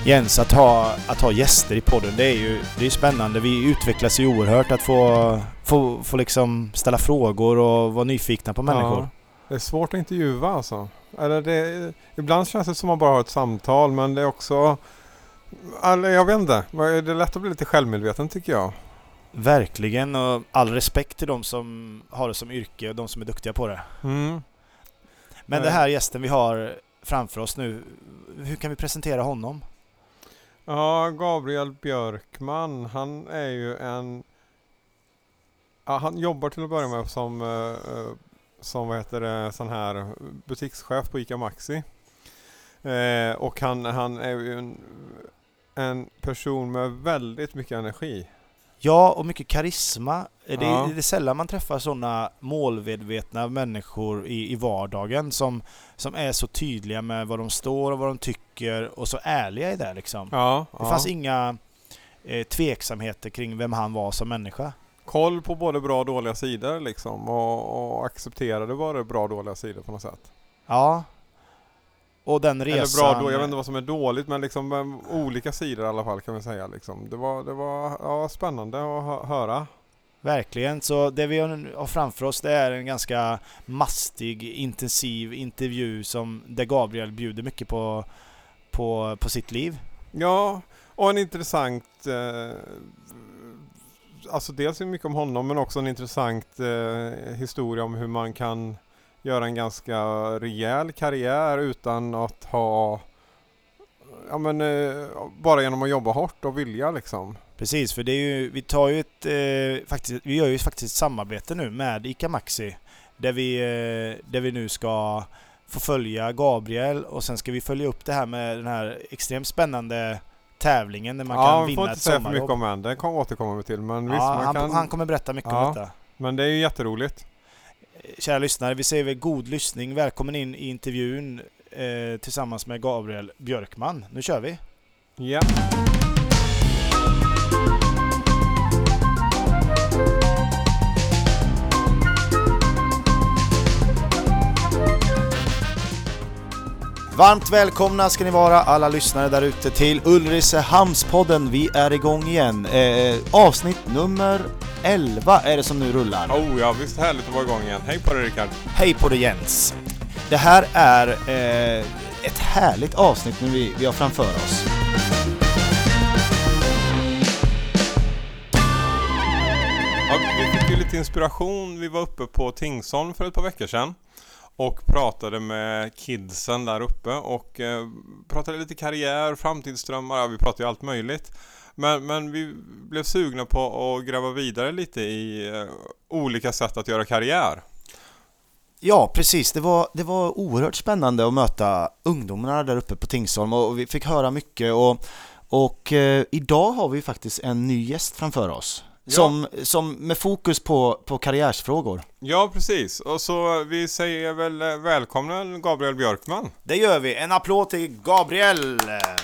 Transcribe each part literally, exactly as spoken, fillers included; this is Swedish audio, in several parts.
Jens, att ha, att ha gäster i podden, det är ju det är spännande. Vi utvecklas ju oerhört att få, få, få liksom ställa frågor och vara nyfikna på människor. Ja, det är svårt att intervjua alltså. Eller det, ibland känns det som att man bara har ett samtal, men det är också... Eller jag vet inte, det är lätt att bli lite självmedveten tycker jag. Verkligen, och all respekt till de som har det som yrke och de som är duktiga på det. Mm. Men det här gästen vi har framför oss nu, hur kan vi presentera honom? Ja, Gabriel Björkman, han är ju en... Ja, han jobbar till att börja med som, uh, som vad heter det, sån här butikschef på ICA Maxi. Uh, och han, han är ju en, en person med väldigt mycket energi. Ja, och mycket karisma. Ja. Det, är, det är sällan man träffar sådana målmedvetna människor i, i vardagen som, som är så tydliga med vad de står och vad de tycker och så ärliga i det liksom. Ja, det ja. fanns inga eh, tveksamheter kring vem han var som människa. Koll på både bra och dåliga sidor liksom, och, och accepterade bara bra och dåliga sidor på något sätt. Ja. Och den resan... Eller bra då, jag vet inte vad som är dåligt, men liksom olika sidor i alla fall kan vi säga liksom. Det var, det var ja, spännande att hö- höra. Verkligen, så det vi har framför oss det är en ganska mastig, intensiv intervju som där Gabriel bjuder mycket på, på, på sitt liv. Ja, och en intressant eh, alltså dels mycket om honom, men också en intressant eh, historia om hur man kan göra en ganska rejäl karriär utan att ha ja men eh, bara genom att jobba hårt och vilja liksom. Precis, för det är ju, vi tar ju ett eh, faktiskt, vi gör ju faktiskt ett samarbete nu med ICA Maxi där vi, eh, där vi nu ska få följa Gabriel och sen ska vi följa upp det här med den här extremt spännande tävlingen där man ja, kan vinna ett sommarjobb. Ja, vi får inte säga för mycket om än, det kommer återkomma vi till. Men ja, visst, man han, kan... han kommer berätta mycket ja, om detta. Men det är ju jätteroligt. Kära lyssnare, vi säger väl god lyssning. Välkommen in i intervjun eh, tillsammans med Gabriel Björkman. Nu kör vi. Ja. Varmt välkomna ska ni vara alla lyssnare där ute till Ulricehamnspodden. Vi är igång igen. Eh, avsnitt nummer elva är det som nu rullar. Oh ja, visst härligt att vara igång igen. Hej på dig Rickard. Hej på dig Jens. Det här är eh, ett härligt avsnitt nu vi, vi har framför oss. Ja, vi fick ju lite inspiration. Vi var uppe på Tingsholm för ett par veckor sedan och pratade med kidsen där uppe och eh, pratade lite karriär, framtidsdrömmar, ja, vi pratade ju allt möjligt. Men, men vi blev sugna på att gräva vidare lite i eh, olika sätt att göra karriär. Ja, precis. Det var, det var oerhört spännande att möta ungdomarna där uppe på Tingsholm och vi fick höra mycket och, och eh, idag har vi faktiskt en ny gäst framför oss. Ja. Som, som med fokus på, på karriärsfrågor. Ja, precis. Och så vi säger väl välkomna Gabriel Björkman. Det gör vi. En applåd till Gabriel.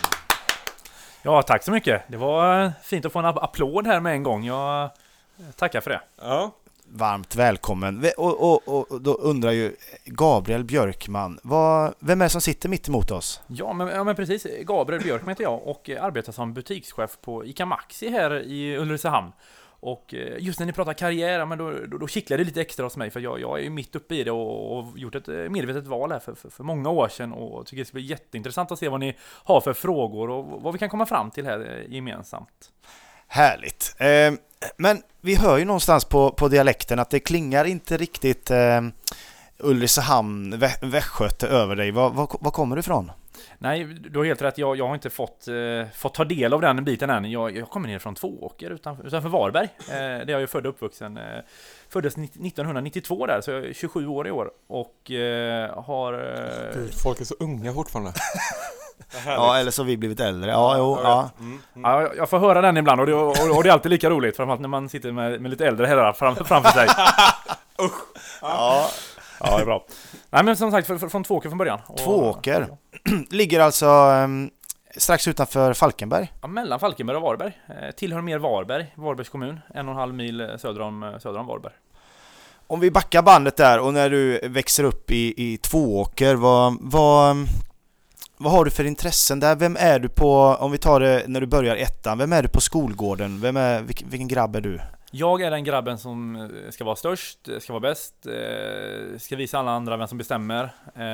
Ja, tack så mycket. Det var fint att få en applåd här med en gång. Jag tackar för det. Ja. Varmt välkommen. Och, och, och då undrar ju Gabriel Björkman, vad, vem är det som sitter mitt emot oss? Ja men, ja, men precis. Gabriel Björkman heter jag och arbetar som butikschef på ICA Maxi här i Ulricehamn. Och just när ni pratar karriär, men då, då, då kittlar det lite extra hos mig för jag, jag är ju mitt uppe i det och, och gjort ett medvetet val här för, för, för många år sedan och tycker det ska bli jätteintressant att se vad ni har för frågor och vad vi kan komma fram till här gemensamt. Härligt. Eh, men vi hör ju någonstans på, på dialekten att det klingar inte riktigt eh, Ulricehamn, Vä- Västgöte över dig. Var, var, var kommer du ifrån? Nej, du har helt rätt. Jag, jag har inte fått, eh, fått ta del av den biten än. Jag, jag kommer ner från Tvååker utanför, utanför Varberg. Eh, där jag är född och uppvuxen. Eh, föddes nittonhundranittiotvå där, så jag är tjugosju år i år. Och eh, har... Eh... Gud, folk är så unga fortfarande. Ja, eller så har vi blivit äldre. Ja, jo, ja. Mm, mm. Ja, jag får höra den ibland och det, och, och det är alltid lika roligt. Framförallt när man sitter med, med lite äldre herrar fram, framför sig. Usch. Ja. Ja, det är bra. Nej, men som sagt, för, för, från Tvååker från början. Och, Tvååker. Ligger alltså um, strax utanför Falkenberg. Ja, mellan Falkenberg och Varberg. Eh, tillhör mer Varberg, Varbergs kommun. En och en halv mil söder om, söder om Varberg. Om vi backar bandet där och när du växer upp i, i Tvååker, vad, vad, vad har du för intressen där? Vem är du på, om vi tar det när du börjar ettan, vem är du på skolgården? Vem är, vilken, vilken grabb är du? Jag är den grabben som ska vara störst, ska vara bäst, ska visa alla andra vem som bestämmer.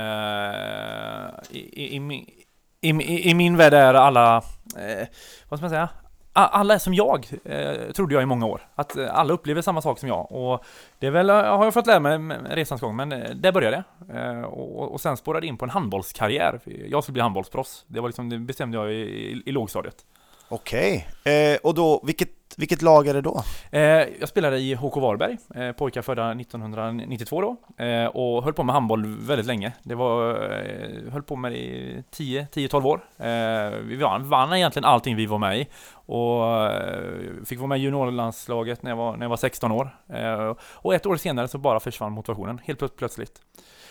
I, i, i, min, i, i min värld är alla, vad ska man säga? Alla är som jag, eh, trodde jag i många år. Att eh, alla upplever samma sak som jag. Och det är väl, har jag fått lära mig med resans gång, men eh, där började det. Eh, och, och sen spårade in på en handbollskarriär. Jag skulle bli handbollsproffs. Det var liksom, det bestämde jag i, i, i lågstadiet. Okej, eh, och då, vilket, vilket lag är det då? Eh, jag spelade i H K Varberg, eh, pojkar födda nittonhundranittiotvå då. Eh, och höll på med handboll väldigt länge. Det var, eh, höll på med det i tio tolv år. Eh, vi vann, vann egentligen allting vi var med i. Och eh, fick vara med i juniorlandslaget när jag var, när jag var sexton år. Eh, och ett år senare så bara försvann motivationen, helt plöts- plötsligt.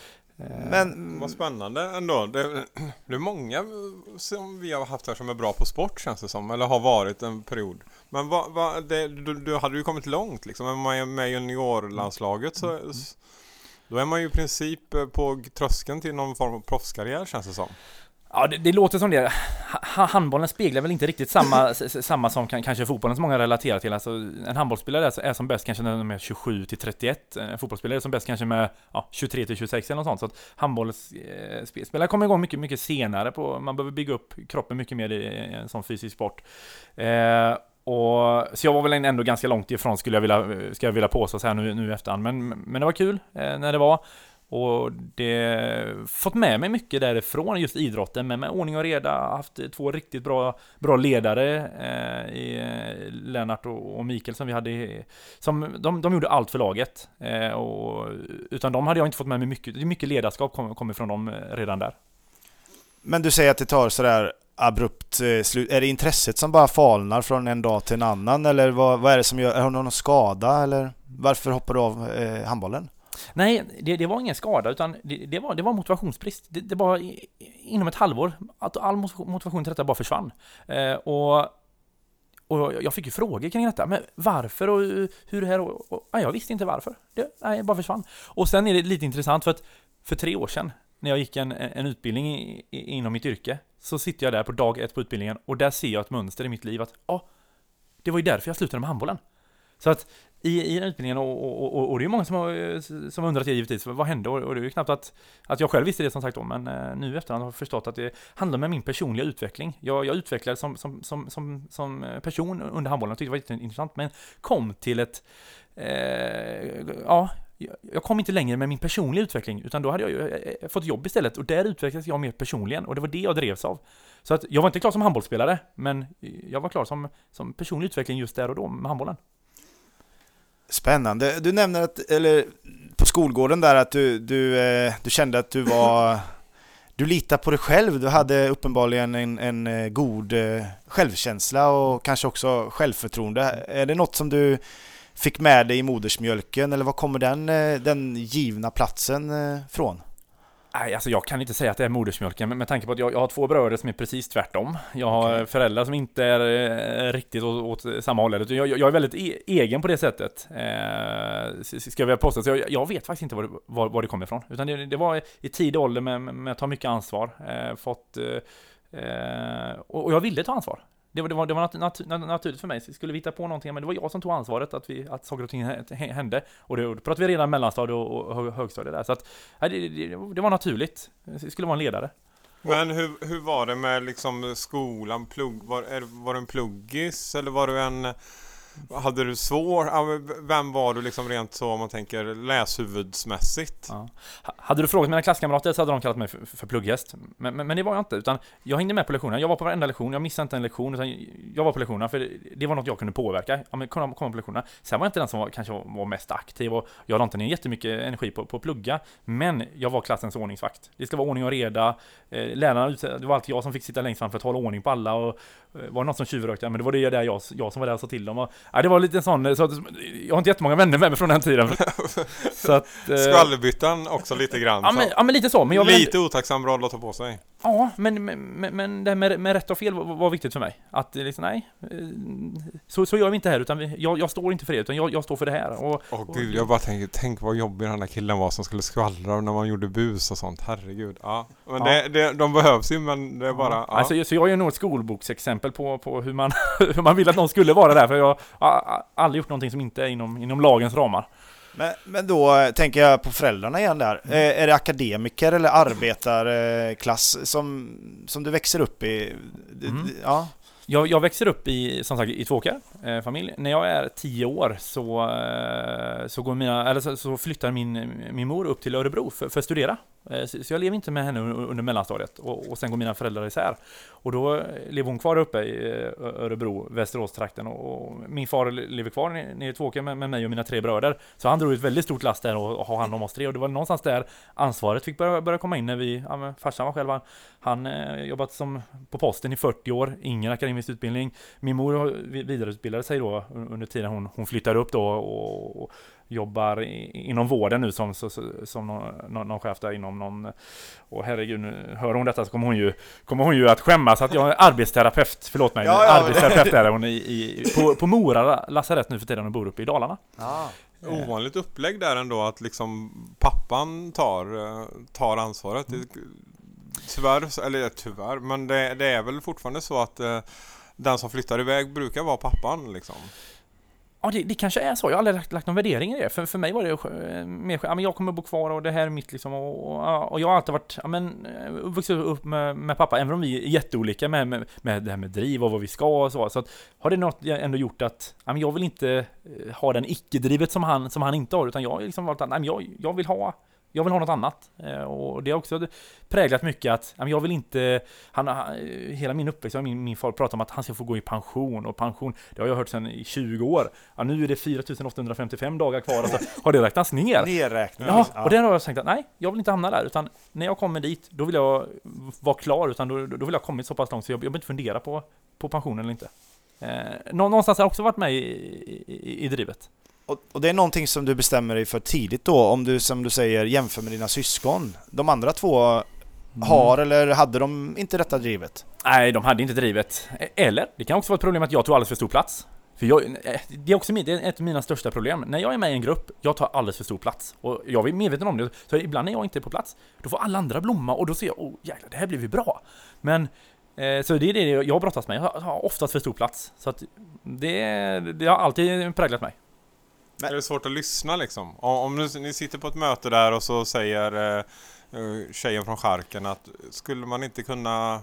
Men vad spännande ändå. Det, det är många som vi har haft här som är bra på sport, känns det som. Eller har varit en period. Men vad, vad, det, du, du hade ju kommit långt liksom. Om man är med i juniorlandslaget så, då är man ju i princip på tröskeln till någon form av proffskarriär, känns det som. Ja, det, det låter som det. Ha, handbollen speglar väl inte riktigt samma, samma som kan, kanske fotbollen som många relaterar till. Alltså, en handbollsspelare är, är som bäst kanske när de är tjugosju till trettioett. En fotbollsspelare är som bäst kanske med ja, tjugotre till tjugosex eller något sånt. Så att handbollsspelare kommer igång mycket, mycket senare. På, man behöver bygga upp kroppen mycket mer i en sån fysisk sport. Eh, och, så jag var väl ändå ganska långt ifrån, skulle jag vilja, ska jag vilja påstå så här nu, nu efterhand. Men, men det var kul eh, när det var. Och det fått med mig mycket därifrån, just idrotten, men med ordning och reda, haft två riktigt bra, bra ledare eh, i Lennart och, och Mikael som vi hade, som de, de gjorde allt för laget, eh, och utan de hade jag inte fått med mig mycket, mycket ledarskap kommer kom från dem redan där. Men du säger att det tar sådär abrupt eh, slut. Är det intresset som bara falnar från en dag till en annan, eller vad, vad är det som gör, är det någon skada, eller varför hoppar du av eh, handbollen? Nej, det, det var ingen skada, utan det, det, var, det var motivationsbrist. Det, det var i, inom ett halvår att all motivation till detta bara försvann. Eh, och, och jag fick ju frågor kring detta. Men varför och hur det här? Och, och, nej, jag visste inte varför. Det nej, bara försvann. Och sen är det lite intressant för att för tre år sedan när jag gick en, en utbildning i, i, inom mitt yrke, så sitter jag där på dag ett på utbildningen och där ser jag ett mönster i mitt liv att ja, det var ju därför jag slutade med handbollen. Så att i, i den utbildningen, och, och, och, och det är många som har, som har undrat givetvis, vad hände? Och, och det är ju knappt att, att jag själv visste det som sagt om, men eh, nu efterhand har jag förstått att det handlar om min personliga utveckling. Jag, jag utvecklades som, som, som, som, som person under handbollen och tyckte det var intressant, men kom till ett, eh, ja, jag kom inte längre med min personliga utveckling, utan då hade jag ju fått jobb istället, och där utvecklades jag mer personligen, och det var det jag drevs av. Så att jag var inte klar som handbollsspelare, men jag var klar som, som personlig utveckling just där och då med handbollen. Spännande. Du nämner att, eller på skolgården där, att du, du, eh, du kände att du var, du litar på dig själv. Du hade uppenbarligen en, en god eh, självkänsla och kanske också självförtroende. Är det något som du fick med dig i modersmjölken, eller var kommer den, eh, den givna platsen eh, från? Nej, alltså jag kan inte säga att det är modersmjölken, men med tanke på att jag, jag har två bröder som är precis tvärtom. Jag har okay. föräldrar som inte är eh, riktigt åt, åt samma håll. Jag, jag är väldigt e- egen på det sättet, eh, ska jag vilja påstå. Så jag, jag vet faktiskt inte var det, var, var det kommer ifrån. Utan det, det var i tidig ålder med, med att ta mycket ansvar. Eh, fått, eh, och, och jag ville ta ansvar. Det var, det var, det var nat- nat- naturligt för mig. Så jag skulle vi hitta på någonting, men det var jag som tog ansvaret att, vi, att saker och ting hände. Och det pratade vi redan mellanstadiet och högstadiet där. Så att, det, det, det var naturligt. Jag skulle vara en ledare. Men hur, hur var det med liksom skolan? Plugg, var, är, var du en pluggis? Eller var du en... Hade du svår? Vem var du liksom rent så, om man tänker läshuvudsmässigt? Ja. Hade du frågat mina klasskamrater så hade de kallat mig för, för plugghäst. Men, men, men det var jag inte, utan jag hängde med på lektionerna. Jag var på varenda lektion, jag missade inte en lektion, utan jag var på lektionerna för det var något jag kunde påverka. Ja, men komma, komma på lektionerna. Sen var jag inte den som var, kanske var mest aktiv, och jag hade inte ner jättemycket energi på, på att plugga. Men jag var klassens ordningsvakt. Det ska vara ordning och reda. Eh, lärarna, det var alltid jag som fick sitta längst fram för att hålla ordning på alla, och eh, var det något som tjuvrökte, men det var det där jag, jag som var där och sa till dem. Och, ja, det var lite sån, så att, jag har inte jättemånga vänner med mig från den tiden. Så att, eh, skvallerbyttan också lite grann. Ja, men, ja, men lite så. Men jag lite ändå... otacksam roll att ta på sig. Ja, men, men, men det här med, med rätt och fel var, var viktigt för mig. Att liksom, nej, så, så gör vi inte här, utan vi, jag, jag står inte för det, utan jag, jag står för det här. Åh oh, gud, jag bara tänker, tänk vad jobbig den här killen var som skulle skvallra när man gjorde bus och sånt, herregud. Ja, men ja. Det, det, de behövs ju, men det är bara... Ja. Ja. Alltså, så jag är nog ett skolboksexempel på, på hur, man, hur man vill att någon skulle vara där, för jag har aldrig gjort någonting som inte är inom, inom lagens ramar. Men, men då tänker jag på föräldrarna igen där. Mm. Är, är det akademiker eller arbetarklass som, som du växer upp i? Mm. Ja. Jag, jag växer upp i, som sagt, i Tvååker eh, familj. När jag är tio år så, eh, så, går mina, eller så, så flyttar min, min mor upp till Örebro för, för att studera. Eh, så, så jag lever inte med henne under mellanstadiet. Och, och sen går mina föräldrar isär. Och då lever hon kvar uppe i Örebro, Västerås-trakten. Och, och min far lever kvar nere i Tvååker med, med mig och mina tre bröder. Så han drog ett väldigt stort last där och, och har hand om oss tre. Och det var någonstans där ansvaret fick börja, börja komma in när vi, ja, men farsan var själv, han, han eh, jobbat som på posten i fyrtio år, ingen akademisk utbildning. Min mor vidareutbildade sig då under tiden hon, hon flyttade upp då och, och jobbar i, inom vården nu som, så, som någon, någon chef där inom någon, och herregud, nu hör hon detta så kommer hon ju, kommer hon ju att skämmas att jag är arbetsterapeut, förlåt mig, ja, ja. arbetsterapeut är hon i, i, på, på Mora lasarett nu för tiden och bor uppe i Dalarna. Ja. Ovanligt upplägg där ändå att liksom pappan tar, tar ansvaret. Mm. Tyvärr, eller tyvärr, men det, det är väl fortfarande så att eh, den som flyttar iväg brukar vara pappan liksom. Ja, det, det kanske är så. Jag har aldrig lagt, lagt någon värdering i det. För, för mig var det mer, ja, men jag kommer bo kvar och det här är mitt liksom. Och, och, och jag har alltid varit, ja, men, vuxit upp med, med pappa, även om vi är jätteolika med, med, med det här med driv och vad vi ska och så. Så att, har det något ändå gjort att, ja, men jag vill inte ha den icke-drivet som han, som han inte har, utan jag har liksom varit att, nej, men jag, jag vill ha Jag vill ha något annat. Och det har också präglat mycket att jag vill inte, han, hela min uppväxt, min, min far pratar om att han ska få gå i pension, och pension, det har jag hört sedan i tjugo år. Ja, nu är det fyra tusen åttahundrafemtiofem dagar kvar, och så har det räknats ner. Nerräkning. Ja, och det har jag tänkt att nej, jag vill inte hamna där, utan när jag kommer dit, då vill jag vara klar, utan då, då vill jag ha kommit så pass långt så jag, jag vill inte fundera på, på pensionen eller inte. Eh, någonstans har jag också varit med i, i, i drivet. Och, och det är någonting som du bestämmer dig för tidigt då, om du, som du säger, jämför med dina syskon. De andra två mm. har eller hade de inte detta drivet? Nej, de hade inte drivet. Eller, det kan också vara ett problem att jag tog alldeles för stor plats. För jag, det är också det är ett av mina största problem. När jag är med i en grupp, jag tar alldeles för stor plats. Och jag är medveten om det. Så ibland när jag inte är på plats, då får alla andra blomma. Och då ser jag, oh jäklar, det här blir ju bra. Men eh, så det är det jag brottas med. Jag har oftast för stor plats. Så att det, det har alltid präglat mig. Men är det svårt att lyssna liksom? Om, om ni, ni sitter på ett möte där och så säger eh, tjejen från Charken att skulle man inte kunna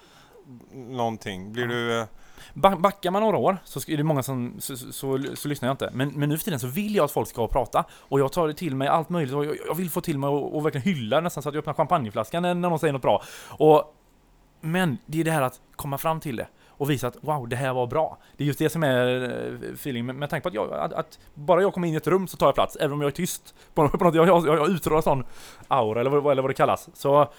någonting, blir du... Eh... Backar man några år så är det många som så, så, så, så lyssnar jag inte. Men, men nu för tiden så vill jag att folk ska prata. Och jag tar det till mig allt möjligt. Och jag, jag vill få till mig och, och verkligen hylla nästan så att jag öppnar champagneflaskan när, när någon säger något bra. Och, men det är det här att komma fram till det. Och visa att wow, det här var bra. Det är just det som är feeling. Men, men tänk på att, jag, att, att bara jag kommer in i ett rum så tar jag plats. Även om jag är tyst. På, på något, jag, jag, jag utrådar sån aura eller vad, eller vad det kallas. Så eh,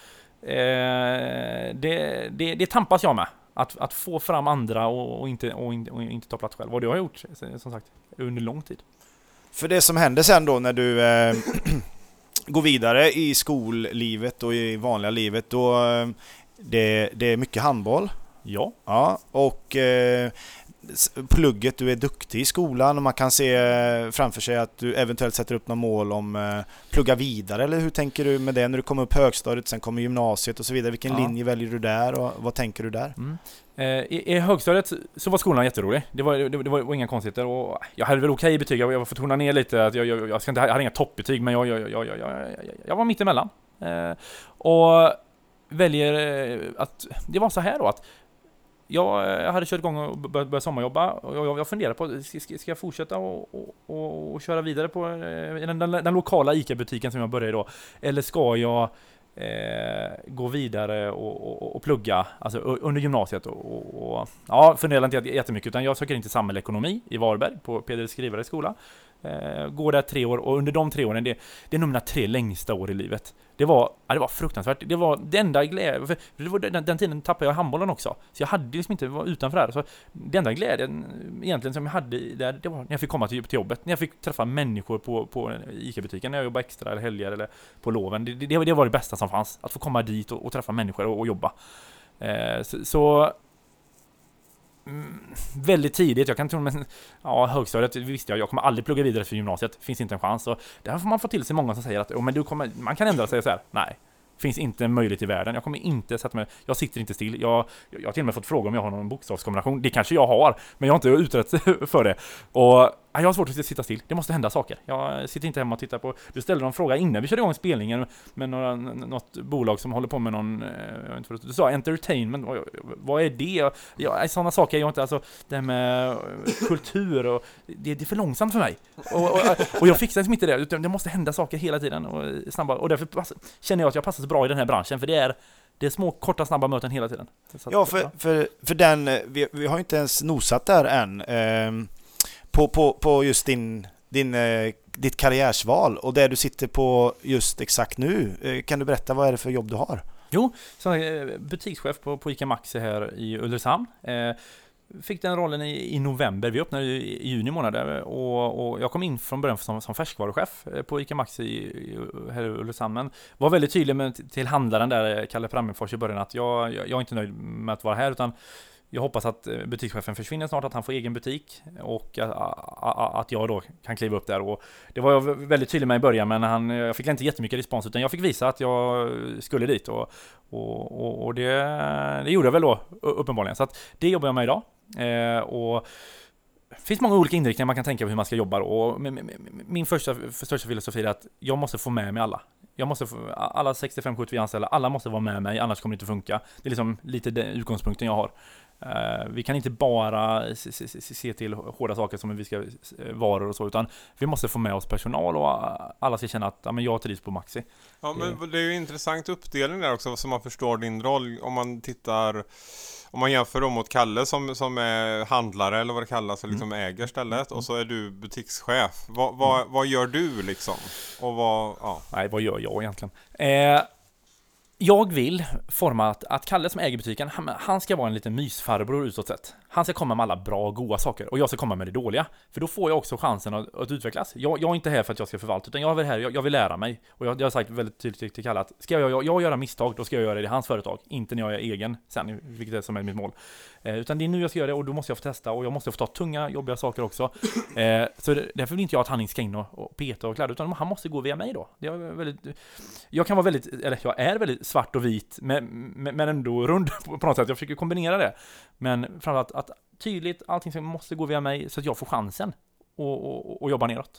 det, det, det tampas jag med. Att, att få fram andra och, och, inte, och, inte, och inte ta plats själv. Och det har jag gjort som sagt under lång tid. För det som händer sen då när du eh, går vidare i skollivet och i vanliga livet, då eh, det, det är mycket handboll. Ja. Ja, och eh, plugget, du är duktig i skolan och man kan se framför sig att du eventuellt sätter upp några mål om eh, plugga vidare, eller hur tänker du med det när du kommer upp högstadiet, sen kommer gymnasiet och så vidare? Vilken ja. linje väljer du där och vad tänker du där? Mm. Eh, i, I högstadiet så var skolan jätterolig. Det var, det, det var inga konstigheter och jag hade väl okej betyg. Jag var fått tona ner lite, att jag, jag, jag, ska inte, jag hade inga toppbetyg, men jag, jag, jag, jag, jag, jag var mitt emellan. Eh, och väljer att det var så här då att jag hade kört igång och börjat, börjat sommarjobba och jag, jag funderade på, ska, ska jag fortsätta och, och, och, och köra vidare på den, den, den lokala ICA-butiken som jag började i då, eller ska jag eh, gå vidare och, och, och plugga alltså under gymnasiet och, och, och ja, funderade inte jättemycket, utan jag söker in till samhällsekonomi i Varberg på Peder Skrivare skola. Eh, går där tre år och under de tre åren, det, det är nog mina tre längsta år i livet. Det var, ja, det var fruktansvärt. Det var det enda glädjen, för det var den, den tiden tappade jag handbollen också. Så jag hade liksom inte var utanför det här. Så den enda glädjen egentligen som jag hade där, det var när jag fick komma till, till jobbet. När jag fick träffa människor på, på ICA-butiken, när jag jobbade extra eller helger eller på loven. Det, det, det var det bästa som fanns. Att få komma dit och, och träffa människor och, och jobba. Eh, så... så Mm, väldigt tidigt, jag kan tro med ja, högstadiet visste jag, jag kommer aldrig plugga vidare för gymnasiet, finns inte en chans. Och där får man få till sig många som säger att oh, men du kommer, man kan ändra sig så här. Nej, finns inte en möjlighet i världen. Jag kommer inte sätta mig, jag sitter inte still. Jag, jag har till och med fått fråga om jag har någon bokstavskombination. Det kanske jag har, men jag har inte utrett för det. Och jag har svårt att sitta still. Det måste hända saker. Jag sitter inte hemma och tittar på... Du ställde någon fråga innan vi körde igång spelningen med några, något bolag som håller på med någon... Jag vet inte vad du sa, entertainment. Vad är det? Ja, sådana saker är jag inte... Alltså, det här med kultur och... Det, det är för långsamt för mig. Och, och, och jag fixar liksom inte det. Utan det måste hända saker hela tiden och snabbare. Och därför pass, känner jag att jag passar så bra i den här branschen. För det är... Det är små, korta, snabba möten hela tiden. Så ja, för, för, för den... Vi, vi har inte ens nosat där än. Ehm, på, på, på just din, din, eh, ditt karriärsval. Och det du sitter på just exakt nu. Eh, kan du berätta vad är det för jobb du har? Jo, så är jag butikschef på, på ICA Maxi här i Ulricehamn. Eh, fick den rollen i, i november. Vi öppnade i, i juni månad. Och, och jag kom in från början som, som färskvaruchef på ICA Maxi i, i, här i Ulricehamn. Men var väldigt tydlig med, till handlaren där, Kalle Prammenfors, i början att jag, jag, jag är inte nöjd med att vara här, utan jag hoppas att butikschefen försvinner snart, att han får egen butik och att jag då kan kliva upp där. Och det var jag väldigt tydlig med i början, men han, jag fick inte jättemycket respons, utan jag fick visa att jag skulle dit. Och, och, och det, det gjorde jag väl då uppenbarligen. Så att det jobbar jag med idag. Eh, och det finns många olika inriktningar man kan tänka på hur man ska jobba. Och min första, största filosofi är att jag måste få med mig alla. Jag måste få, alla sextiofem sjuttio anställda, alla måste vara med mig, annars kommer det inte funka. Det är liksom lite den utgångspunkten jag har. Uh, vi kan inte bara se, se, se till hårda saker som vi ska uh, varor och så, utan vi måste få med oss personal och uh, alla ska känna att ja, men jag trivs på Maxi. Ja, men det är ju en intressant uppdelning där också, så man förstår din roll. Om man tittar, om man jämför då mot Kalle som, som är handlare eller vad det kallas, liksom mm. äger stället, och så är du butikschef. Va, va, mm. Vad gör du liksom? Och vad, ja. Nej, vad gör jag egentligen? Eh, Jag vill forma att, att Kalle som äger butiken, han, han ska vara en liten mysfarbror utåt sett. Han ska komma med alla bra och goda saker och jag ska komma med det dåliga. För då får jag också chansen att, att utvecklas. Jag, jag är inte här för att jag ska förvalta, utan jag är här, jag, jag vill lära mig. Och jag, jag har sagt väldigt tydligt till Kalle att ska jag, jag, jag göra misstag, då ska jag göra det i hans företag. Inte när jag är egen sen, vilket är som är mitt mål. Eh, utan det är nu jag ska göra det och då måste jag få testa. Och jag måste få ta tunga, jobbiga saker också. Eh, så det, därför vill inte jag att han ska in och, och peta och kläda, utan han måste gå via mig då. Det är väldigt, jag kan vara väldigt, eller jag är väldigt svart och vit, men, men ändå rund på något sätt. Jag försöker kombinera det. Men framförallt att tydligt, allting som måste gå via mig så att jag får chansen och, och, och jobba neråt.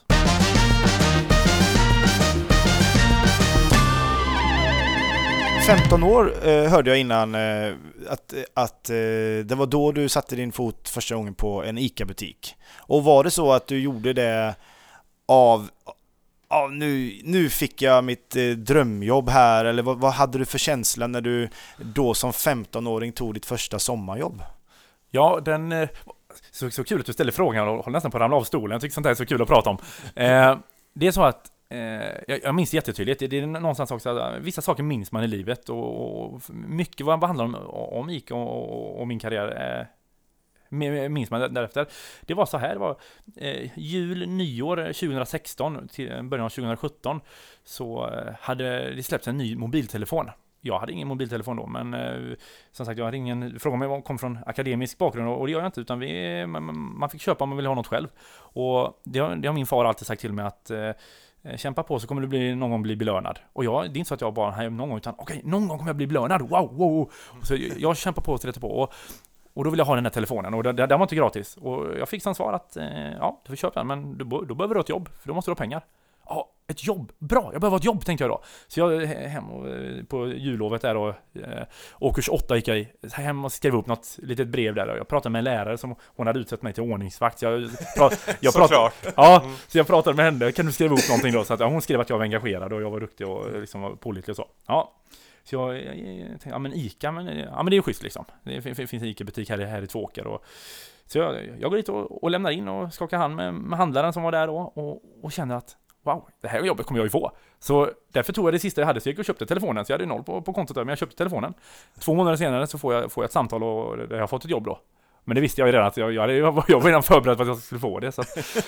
femton år eh, hörde jag innan eh, att, att eh, det var då du satte din fot första gången på en ICA-butik. Och var det så att du gjorde det av... Ja, nu, nu fick jag mitt eh, drömjobb här, eller vad, vad hade du för känsla när du då som femton-åring tog ditt första sommarjobb? Ja, den... Eh, så, så kul att du ställer frågan och håller nästan på att ramla av stolen. Jag tycker sånt här är så kul att prata om. Eh, det är så att eh, jag, jag minns jättetydligt. Det, det är någonstans också att vissa saker minns man i livet och, och mycket vad handlar om, om ICA och, och, och min karriär eh, minns man därefter. Det var så här, det var eh, jul, nyår tjugohundrasexton till början av tjugohundrasjutton, så eh, hade det släppts en ny mobiltelefon. Jag hade ingen mobiltelefon då, men eh, som sagt, jag hade ingen, frågan mig kom från akademisk bakgrund och det gör jag inte, utan vi, man, man fick köpa om man ville ha något själv. Och det har, det har min far alltid sagt till mig att eh, kämpa på så kommer du bli, någon gång bli belönad. Och jag, det är inte så att jag bara här någon gång, utan okej, okay, någon gång kommer jag bli belönad. Wow, wow. Så jag, jag kämpar på och rätt på och Och då vill jag ha den här telefonen. Och den, den var inte gratis. Och jag fick som svar att eh, ja, du får köpa den, men du, då behöver du ett jobb. För då måste du ha pengar. Ja, ett jobb. Bra, jag behöver ett jobb, tänkte jag då. Så jag hem och, på jullovet där och eh, åkurs åtta gick jag i, hem och skrev upp något litet brev där. Och jag pratade med en lärare som hon hade utsett mig till ordningsvakt. Så jag, pra, jag pratade, ja, mm. så jag pratade med henne. Kan du skriva upp någonting då? Så att, ja, hon skrev att jag var engagerad och jag var duktig och liksom var pålitlig och så. Ja. Så jag, jag, jag tänkte, ja men Ica, men, ja, men det är ju schysst liksom. Det finns, finns en Ica-butik här, här i Tvååker. Och, så jag, jag går dit och, och lämnar in och skakar hand med, med handlaren som var där då. Och, och känner att, wow, det här jobbet kommer jag ju få. Så därför tog jag det sista jag hade, så jag gick och köpte telefonen. Så jag hade noll på, på kontot där, men jag köpte telefonen. Två månader senare så får jag, får jag ett samtal och där jag har fått ett jobb då. Men det visste jag ju redan att jag, jag, jag, var, jag var redan förberedd på att jag skulle få det. Så.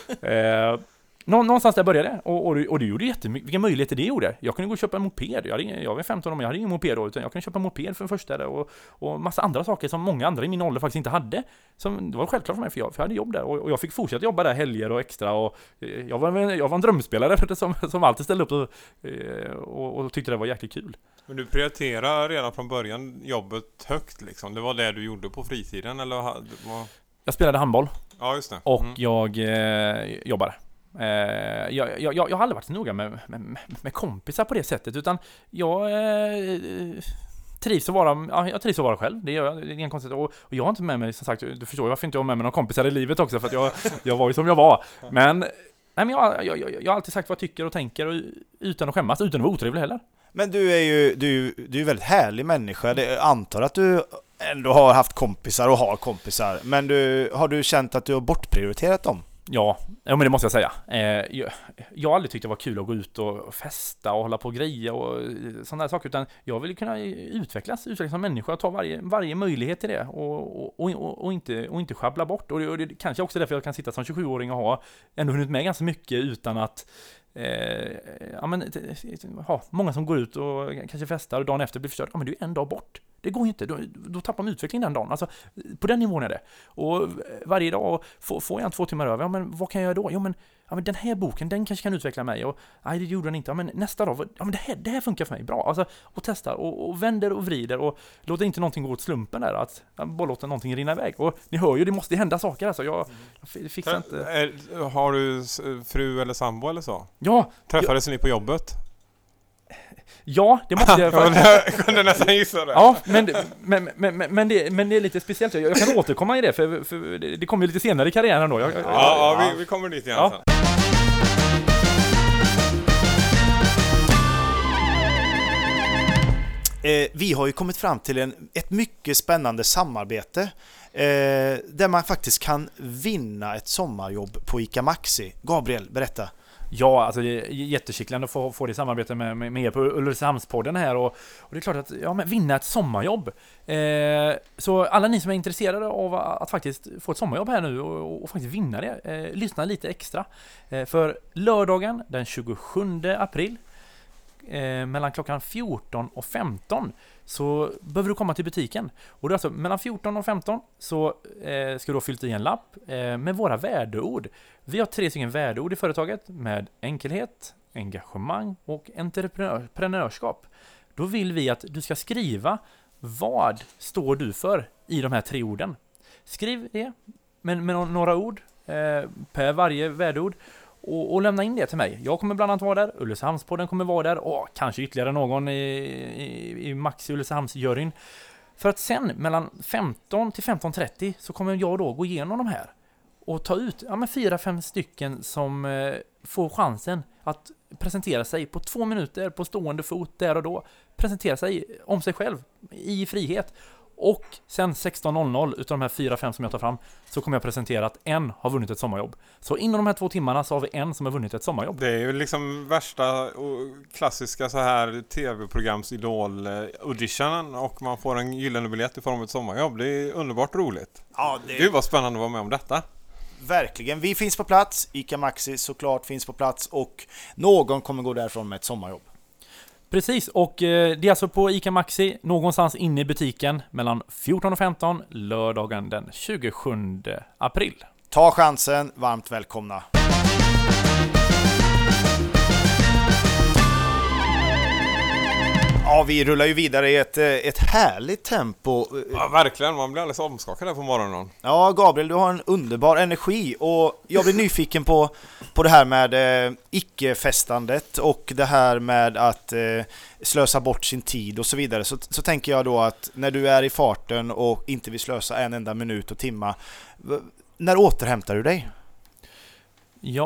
eh, Någonstans där började det. Och, och, och det gjorde jättemycket. Vilka möjligheter det gjorde. Jag kunde gå och köpa en moped. Jag, hade ingen, jag var femton år, men jag hade ingen moped då. Utan jag kunde köpa en moped för det första. Och, och massa andra saker som många andra i min ålder faktiskt inte hade. Som, det var självklart för mig, för jag, för jag hade jobb där. Och, och jag fick fortsätta jobba där helger och extra. Och, eh, jag, var, jag var en drömspelare för det, som, som alltid ställde upp och, eh, och, och tyckte det var jäkligt kul. Men du prioriterar redan från början jobbet högt liksom. Det var det du gjorde på fritiden, eller var... Jag spelade handboll. Ja, just det. Och Mm. jag eh, jobbade. Eh, jag, jag, jag har aldrig varit så noga med, med, med kompisar på det sättet, utan jag eh, trivs att vara, ja, jag trivs att vara själv. Det gör jag, det är en konstigt. Och, och jag har inte med mig, som sagt, du förstår varför inte jag har med mig några kompisar i livet också, för att jag, jag var ju som jag var. Men, nej, men jag, jag, jag, jag har alltid sagt vad jag tycker och tänker, och, utan att skämmas, utan att vara otrevlig heller. Men du är ju du, du är väldigt härlig människa. Det, jag antar att du ändå har haft kompisar och har kompisar. Men du, har du känt att du har bortprioriterat dem? Ja, ja, men det måste jag säga. Eh, jag, jag har aldrig tyckt det var kul att gå ut och festa och hålla på och greja och sådana där saker, utan jag vill kunna utvecklas, utvecklas som människa och ta varje, varje möjlighet till det och, och, och, och, inte, och inte schabbla bort. Och det, och det kanske också därför jag kan sitta som tjugosjuåring och ha ändå hunnit med ganska mycket utan att Eh, ja, men, ha, många som går ut och kanske festar och dagen efter blir förstörd. Ja, men det är en dag bort. Det går ju inte. Då, då tappar man utveckling den dagen. Alltså, på den nivån är det. Och varje dag får, får jag två timmar över. Ja, men vad kan jag göra då? Ja, men, ja, men den här boken, den kanske kan utveckla mig. Och, nej, det gjorde den inte. Ja, men nästa dag, ja, men det här, det här funkar för mig bra. Alltså, och testar och, och vänder och vrider och låter inte någonting gå åt slumpen där. Att jag bara låter någonting rinna iväg. Och ni hör ju, det måste hända saker. Alltså, jag, jag fixar inte... Är, har du fru eller sambo eller så? Ja. Träffades jag, ni på jobbet? Ja, det måste jag faktiskt. Jag kunde nästan gissa det. Ja, men, men, men, men, men, det, men det är lite speciellt. Jag, jag kan återkomma i det, för, för det, det kommer lite senare i karriären då. Jag, jag, ja, ja, vi, vi kommer dit igen ja. sen. Eh, vi har ju kommit fram till en, ett mycket spännande samarbete eh, där man faktiskt kan vinna ett sommarjobb på ICA Maxi. Gabriel, berätta. Ja, alltså det är jättekittlande att få, få det samarbete med, med, med er på Ulricehamnspodden här och, och det är klart att ja, men vinna ett sommarjobb. Eh, så alla ni som är intresserade av att faktiskt få ett sommarjobb här nu och, och faktiskt vinna det, eh, lyssna lite extra. Eh, för lördagen den tjugosjunde april eh, mellan klockan fjorton och femton så behöver du komma till butiken. Och det är alltså mellan fjorton och femton så eh, ska du ha fyllt i en lapp eh, med våra värdeord. Vi har tre stycken värdeord i företaget med enkelhet, engagemang och entreprenörskap. Då vill vi att du ska skriva vad står du för i de här tre orden. Skriv det med, med några ord eh, per varje värdeord. Och, och lämna in det till mig. Jag kommer bland annat vara där. Ulricehamnspodden kommer vara där. Och kanske ytterligare någon i, i, i Maxi Ulricehamnsjuryn. För att sen mellan femton till femton trettio så kommer jag då gå igenom de här. Och ta ut ja, men fyra, fem stycken som eh, får chansen att presentera sig på två minuter på stående fot där och då. Presentera sig om sig själv i frihet. Och sen sexton noll noll utav de här fyra, fem som jag tar fram så kommer jag presentera att en har vunnit ett sommarjobb. Så inom de här två timmarna så har vi en som har vunnit ett sommarjobb. Det är ju liksom värsta och klassiska så här tv-programs idol-auditionen och man får en gyllene biljett i form av ett sommarjobb. Det är underbart roligt. Ja, det... Gud vad spännande att vara med om detta. Verkligen. Vi finns på plats. ICA Maxi såklart finns på plats och någon kommer gå därifrån med ett sommarjobb. Precis, och eh, det är alltså på ICA Maxi någonstans inne i butiken mellan fjorton och femton lördagen den tjugosjunde april. Ta chansen, varmt välkomna. Ja, vi rullar ju vidare i ett, ett härligt tempo. Ja, verkligen. Man blir alldeles omskakad här på morgonen. Ja, Gabriel, du har en underbar energi och jag blir nyfiken på, på det här med eh, icke-festandet och det här med att eh, slösa bort sin tid och så vidare. Så, så tänker jag då att när du är i farten och inte vill slösa en enda minut och timma, när återhämtar du dig? Ja,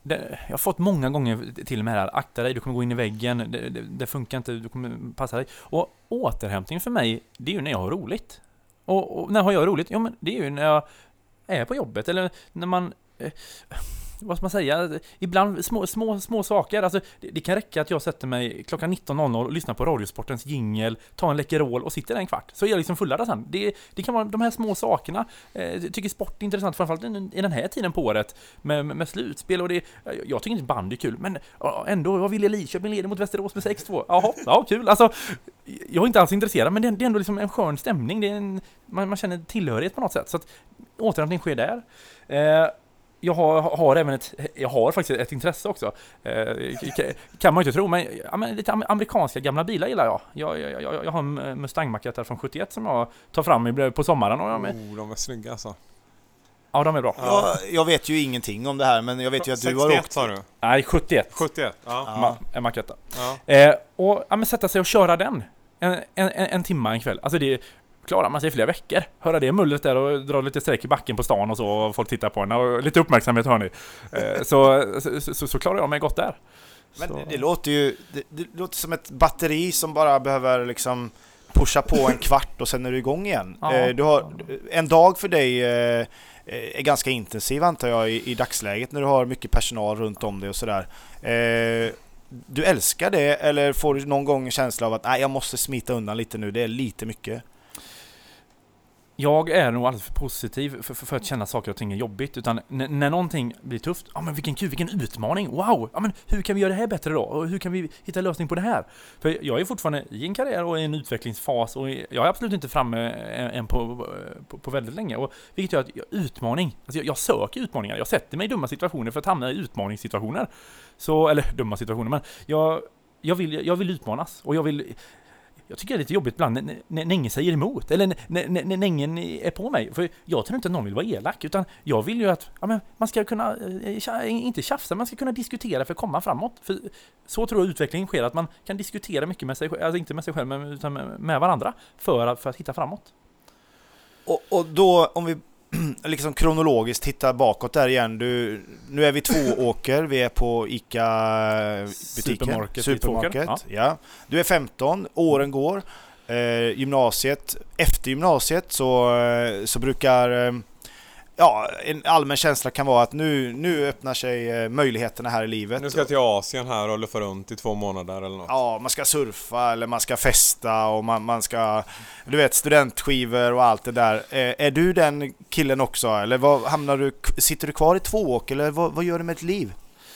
det, jag har fått många gånger till med det här, akta dig, du kommer gå in i väggen, det, det, det funkar inte, du kommer passa dig. Och återhämtning för mig, det är ju när jag har roligt. Och, och när har jag roligt? Ja, men det är ju när jag är på jobbet, eller när man... Eh, vad ska man säga, ibland små, små, små saker, alltså det, det kan räcka att jag sätter mig klockan nitton noll noll och lyssnar på Radiosportens jingle, tar en Läkerol och sitter där en kvart, så är jag liksom fulladdad sen. Det, det kan vara de här små sakerna. eh, Jag tycker sport är intressant, framförallt i den här tiden på året med, med slutspel och det, jag tycker inte band är kul, men ändå, jag vill Lidköping leder mot Västerås med sex två. Jaha, ja, kul, alltså jag är inte alls intresserad, men det är, det är ändå liksom en skön stämning, det är en, man, man känner tillhörighet på något sätt, så att återhämtning sker där. eh, Jag har, har även ett, jag har faktiskt ett intresse också. Eh, kan man ju inte tro, men, ja, men lite amerikanska gamla bilar gillar jag. Jag, jag, jag, jag har en Mustang-Mach-E från sjuttioett som jag tar fram på sommaren. Och jag med. Oh, de är snygga alltså. Ja, de är bra. Ja, jag vet ju ingenting om det här, men jag vet ju att du har åkt... Sa du? Nej, sjuttioett. sjuttioett, ja. Ma- en Mach-E. Ja. Eh, och ja, men sätta sig och köra den en, en, en timme en kväll. Alltså det klarar man sig i flera veckor. Höra det mullret där och dra lite sträck i backen på stan och så, och folk tittar på en och lite uppmärksamhet hör ni. Eh, så, så, så, så klarar jag mig gott där. Men så. Det, det låter ju det, det låter som ett batteri som bara behöver liksom pusha på en kvart och sen är du igång igen. Ja. Eh, du har, en dag för dig eh, är ganska intensiv antar jag i, i dagsläget när du har mycket personal runt om dig och sådär. Eh, du älskar det eller får du någon gång en känsla av att nej, jag måste smita undan lite nu, det är lite mycket? Jag är nog alldeles för positiv för, för, för att känna saker och ting är jobbigt, utan n- när någonting blir tufft, ja men vilken kul, vilken utmaning, wow, ja men hur kan vi göra det här bättre då? Och hur kan vi hitta en lösning på det här? För jag är fortfarande i en karriär och i en utvecklingsfas och jag är absolut inte framme än på, på, på väldigt länge, och vilket gör att jag, utmaning, alltså jag, jag söker utmaningar, jag sätter mig i dumma situationer för att hamna i utmaningssituationer, så, eller dumma situationer, men jag, jag, vill, jag vill utmanas och jag vill. Jag tycker det är lite jobbigt ibland när, när, när ingen säger emot eller när, när, när ingen är på mig. För jag tror inte att någon vill vara elak, utan jag vill ju att ja, men man ska kunna, inte tjafsa, man ska kunna diskutera för att komma framåt. För så tror jag utvecklingen sker, att man kan diskutera mycket med sig själv, alltså inte med sig själv men utan med, med varandra för att, för att hitta framåt. Och, och då, om vi liksom kronologiskt tittar bakåt där igen, du, nu är vi två åker, vi är på ICA-butiken, Supermarket, Supermarket, ja. Ja. Du är femton, åren går, eh, gymnasiet, efter gymnasiet så, så brukar, eh, ja, en allmän känsla kan vara att nu, nu öppnar sig möjligheterna här i livet. Nu ska jag till Asien här och luffa runt i två månader eller något. Ja, man ska surfa eller man ska festa och man, man ska, du vet, studentskivor och allt det där. Eh, är du den killen också? Eller vad, hamnar du, sitter du kvar i två åk eller vad, vad gör du med ett liv?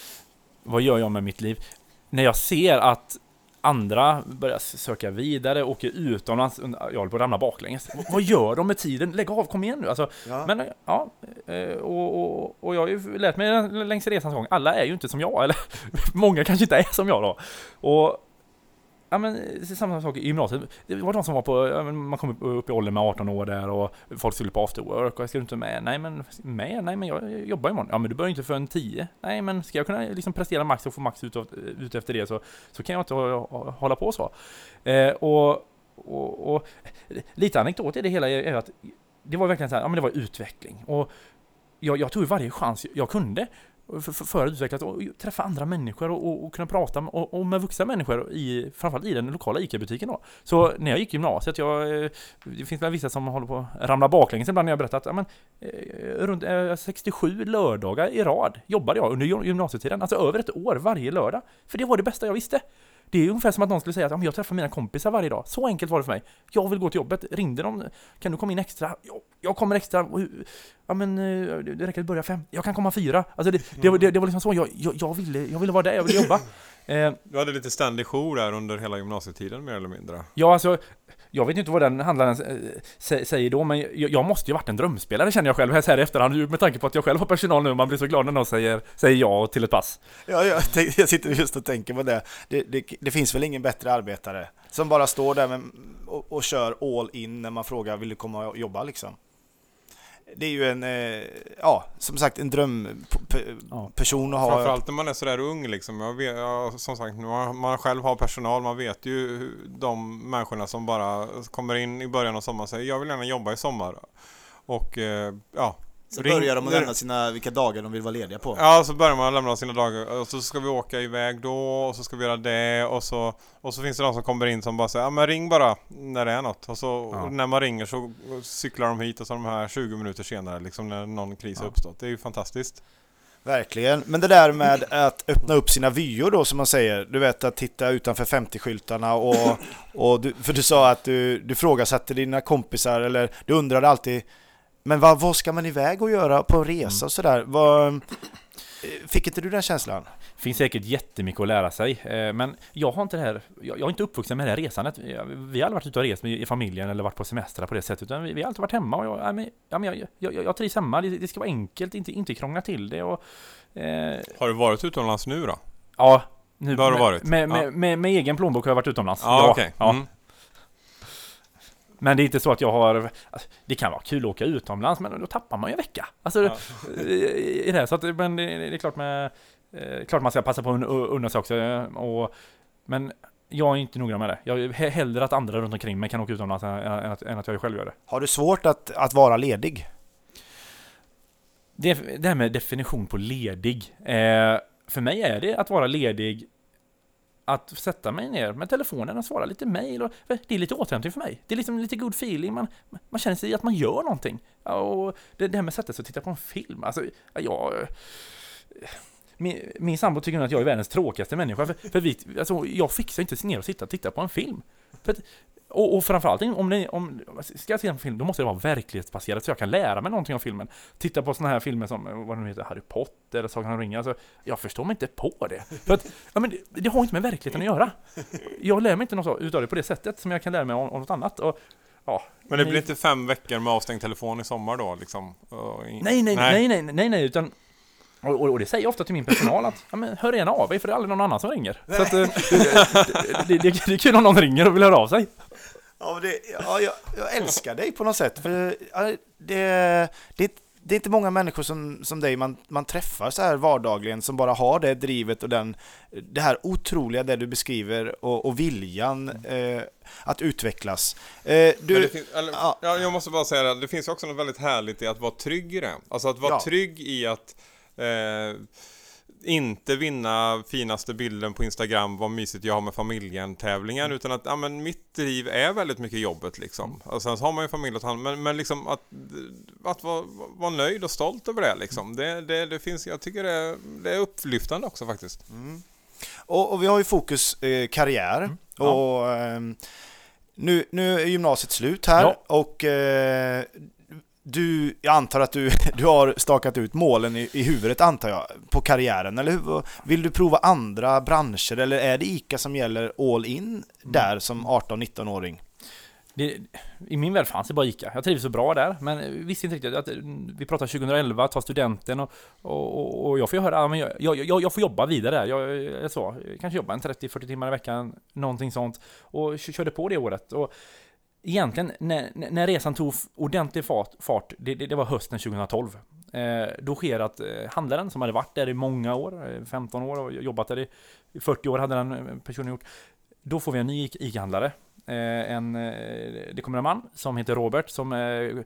Vad gör jag med mitt liv? När jag ser att andra börjar söka vidare, åker utomlands, jag håller på att ramla baklänges. Vad gör de med tiden? Lägg av, kom igen nu. Alltså, Ja. Men ja, och, och, och jag har ju lärt mig längs resans gång, alla är ju inte som jag, eller många kanske inte är som jag då. Och ja, men samma sak i gymnasiet. Det var de som var på, man kom upp i åldern med arton år där och folk skulle på afterwork och jag skulle inte med. Nej men, med? Nej men jag jobbar imorgon. Ja men du börjar inte för en tio. Nej men ska jag kunna liksom prestera max och få max ut, av, ut efter det så, så kan jag inte hålla på så. Eh, och, och, och lite anekdot i det hela är att det var verkligen så här, ja men det var utveckling. Och jag, jag tog varje chans jag kunde för, för, för att utvecklas och träffa andra människor och, och, och kunna prata med, och, och med vuxna människor i, framförallt i den lokala ICA-butiken då. Så när jag gick i gymnasiet, jag, det finns väl vissa som håller på att ramla baklänges ibland när jag berättat, ja, men, eh, runt eh, sextiosju lördagar i rad jobbade jag under gymnasietiden, alltså över ett år varje lördag, för det var det bästa jag visste. Det är ungefär som att någon skulle säga att jag träffar mina kompisar varje dag. Så enkelt var det för mig. Jag vill gå till jobbet. Ringde de? Kan du komma in extra? Jag, jag kommer extra. Ja men det räcker att börja fem. Jag kan komma fyra. Alltså det, det, det, det var liksom så. Jag, jag, jag, ville, jag ville vara där. Jag ville jobba. Eh, du hade lite ständig jour där under hela gymnasietiden mer eller mindre. Ja alltså, jag vet inte vad den handlaren säger då, men jag, jag måste ju varit en drömspelare känner jag själv här, så här i efterhand, med tanke på att jag själv har personal nu och man blir så glad när någon säger, säger ja till ett pass. Ja, jag, jag sitter just och tänker på det. Det, det. det finns väl ingen bättre arbetare som bara står där med, och, och kör all in när man frågar vill du komma och jobba liksom. Det är ju en, eh, ja, som sagt en drömperson att ha. Framförallt när man är så där ung liksom. Jag vet, jag, som sagt, man, man själv har personal, man vet ju de människorna som bara kommer in i början av sommaren och säger jag vill gärna jobba i sommar. Och eh, ja, Så Ring- börjar de att lämna sina, vilka dagar de vill vara lediga på. Ja, så börjar man lämna sina dagar och så ska vi åka iväg då och så ska vi göra det och så, och så finns det de som kommer in som bara säger ja men ring bara när det är något och så Ja. och när man ringer så cyklar de hit och så är de här tjugo minuter senare liksom när någon kris har uppstått. Det är ju fantastiskt. Verkligen. Men det där med att öppna upp sina vyer då, som man säger. Du vet, att titta utanför femtio-skyltarna och, och du, för du sa att du, du frågasatte dina kompisar, eller du undrade alltid, men vad, vad ska man iväg och göra på en resa och sådär? Vad, fick inte du den känslan? Finns säkert jättemycket att lära sig, eh, men jag har inte det här, jag, jag är inte uppvuxen med det här resandet. Vi har aldrig varit ute och rest med, i familjen eller varit på semester på det sättet, utan vi, vi har alltid varit hemma och jag, ja, men, ja, men jag, jag, jag, jag trivs hemma. Det, det ska vara enkelt, inte, inte krångla till det. Och, eh, Har du varit utomlands nu då? ja, nu, Där har du med, varit. Med, med, Ja. med, med egen plånbok har jag varit utomlands. Ja, okej. ja. Mm. Men det är inte så att jag har, alltså, det kan vara kul att åka utomlands, men då tappar man ju en vecka. Alltså, Ja. i, i det, så att, men det, det är klart med eh, klart man ska passa på att unna sig också, och, men jag är inte noga med det. Jag är hellre att andra runt omkring mig kan åka utomlands än, än, att, än att jag själv gör det. Har du svårt att, att vara ledig? Det, det här med definition på ledig. Eh, för mig är det att vara ledig att sätta mig ner med telefonen och svara lite mejl. Och, det är lite återhämtning för mig. Det är liksom lite god feeling. Man, man känner sig att man gör någonting. Och det, det här med att sätta sig och titta på en film. Alltså, jag... Min, min sambo tycker att jag är världens tråkigaste människa. För, för vi, alltså, jag fixar inte ner och sitta och titta på en film. För att, och, och framförallt, om, det, om ska jag se en film, då måste det vara verklighetsbaserat så jag kan lära mig någonting av filmen. Titta på såna här filmer som, vad de heter, Harry Potter eller Sagan om ringen. Alltså, jag förstår mig inte på det. För att, ja, men det, det har inte med verkligheten att göra. Jag lär mig inte något utav det på det sättet som jag kan lära mig om, om något annat. Och, ja, Men det ni, blir inte fem veckor med avstängd telefon i sommar då liksom? Och in... nej, nej, nej, nej, nej, nej, utan Och, och det säger jag ofta till min personal att ja, men hör gärna av er, för det är aldrig någon annan som ringer. Så att, det, det, det, det är kul om någon ringer och vill höra av sig. Ja, det, ja jag, jag älskar dig på något sätt. För ja, det, det, det är inte många människor som, som dig man, man träffar så här vardagligen som bara har det drivet och den, det här otroliga det du beskriver och, och viljan eh, att utvecklas. Eh, du, det finns, eller, ja. ja, jag måste bara säga det, det finns också något väldigt härligt i att vara trygg i det. Alltså att vara Ja. trygg i att eh, inte vinna finaste bilden på Instagram, vad mysigt jag har med familjen tävlingen, utan att ja, men mitt liv är väldigt mycket jobbet liksom. Och sen så har man ju familj att hand, men, men liksom att, att vara, vara nöjd och stolt över det liksom. Det, det, det finns, jag tycker det, det är upplyftande också faktiskt. Mm. Och, och vi har ju fokus eh, karriär Mm. Ja. och eh, nu, nu är gymnasiet slut här Ja. och eh, du, jag antar att du, du har stakat ut målen i, i huvudet, antar jag, på karriären, eller hur? Vill du prova andra branscher eller är det ICA som gäller all in där som arton-nitton-åring? Det, I min värld fanns det bara ICA. Jag trivs så bra där, men visste inte riktigt att vi pratar tjugoelva, ta studenten och, och, och jag får höra, men jag, jag, jag, jag får jobba vidare. Jag, jag, så, jag kanske jobbar en trettio till fyrtio timmar i veckan, någonting sånt, och körde på det året. Och egentligen, när, när resan tog ordentlig fart, fart det, det, det var hösten tjugohundratolv. Eh, då sker att eh, handlaren som hade varit där i många år, femton år och jobbat där i fyrtio år hade den personen gjort. Då får vi en ny ICA-handlare. Eh, en, eh, det kommer en man som heter Robert som eh,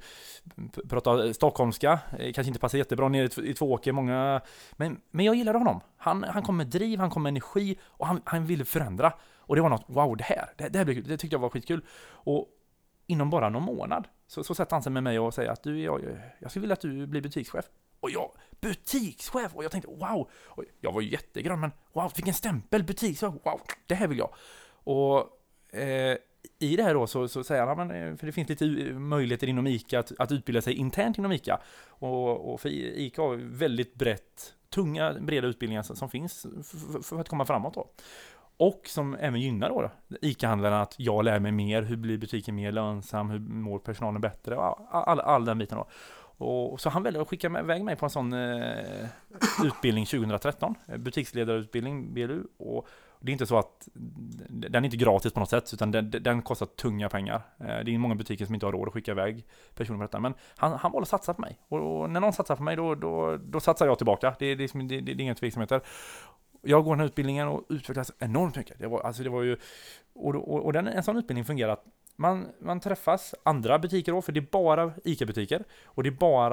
pratar stockholmska, eh, kanske inte passar jättebra ner i, i Tvååker, många, men, men jag gillade honom. Han, han kom med driv, han kom med energi och han, han ville förändra. Och det var något, wow, det här, det, det, här blev, det tyckte jag var skitkul. Och inom bara någon månad så, så sätter han sig med mig och säger att du, jag, jag skulle vilja att du blir butikschef. Och jag, butikschef! Och jag tänkte, wow! Och jag var ju jättegrann, men wow, vilken stämpel, butikschef! Wow, det här vill jag! Och eh, i det här då så, så säger han, men, för det finns lite möjligheter inom ICA att, att utbilda sig internt inom ICA. Och, och för ICA har väldigt brett, tunga, breda utbildningar som, som finns för, för att komma framåt då. Och som även gynnar då, då ICA-handlarna, att jag lär mig mer, hur blir butiken mer lönsam, hur mår personalen bättre, all, all, all den biten då. Och så han väljer att skicka iväg mig på en sån eh, utbildning tjugohundratretton, butiksledarutbildning B L U, och det är inte så att den är inte gratis på något sätt, utan den, den kostar tunga pengar. Eh, det är många butiker som inte har råd att skicka iväg personer på detta, men han, han valde att satsa på mig, och, och när någon satsar på mig då, då, då satsar jag tillbaka, det, det, det, det, det är inga tveksamheter. Jag går den här utbildningen och utvecklas enormt mycket. Det var, alltså det var ju, och, och, och den, en sån utbildning fungerar att man, man träffas andra butiker då, för det är bara ICA-butiker och det är bara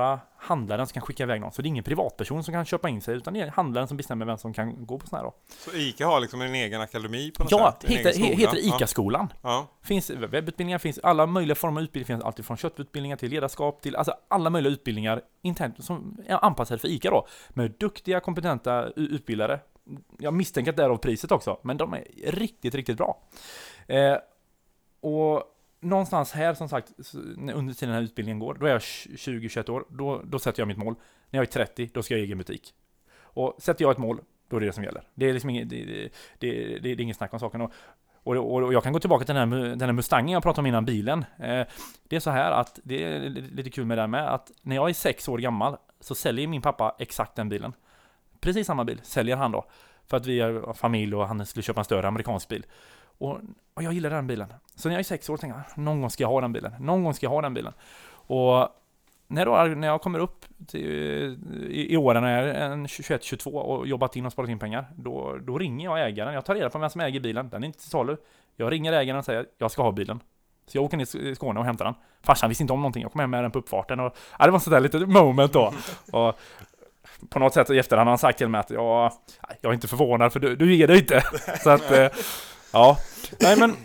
handlaren som kan skicka iväg någon. Så det är ingen privatperson som kan köpa in sig, utan det är handlaren som bestämmer vem som kan gå på sån här då. Så ICA har liksom en egen akademi på något ja, sätt? Ja, heter, heter ICA-skolan. Ja. Finns webbutbildningar, finns alla möjliga former av utbildning, finns alltid från köttutbildningar till ledarskap till alltså alla möjliga utbildningar internt som är anpassade för ICA då, med duktiga, kompetenta utbildare. Jag misstänker att det är av priset också, men de är riktigt, riktigt bra. Eh, och någonstans här, som sagt, under tiden den här utbildningen går, då är jag tjugo till tjugoett år, då, då sätter jag mitt mål. När jag är trettio, då ska jag ha egen butik. Och sätter jag ett mål, då är det det som gäller. Det är liksom inget, det, det, det, det, det är ingen snack om saken. Och, och, och jag kan gå tillbaka till den här, den här Mustangen jag pratade om innan, bilen. Eh, det är så här att, det är lite kul med det här med, att när jag är sex år gammal så säljer min pappa exakt den bilen. Precis samma bil säljer han då. För att vi är familj och han skulle köpa en större amerikansk bil. Och, och jag gillar den bilen. Så när jag är sex år tänker jag, någon gång ska jag ha den bilen. Någon gång ska jag ha den bilen. Och när, då, när jag kommer upp till, i, i åren när jag är tjugoett tjugotvå och jobbat in och sparat in pengar, då, då ringer jag ägaren. Jag tar reda på vem som äger bilen. Den är inte till salu. Jag ringer ägaren och säger, jag ska ha bilen. Så jag åker ner i Skåne och hämtar den. Farsan visste inte om någonting. Jag kom hem med den på uppfarten. Och, ja, det var sådär lite moment då. Och på något sätt i efterhand har han sagt till mig att jag, jag är inte förvånad för du, du ger det inte. Så att, eh, ja. Nej men,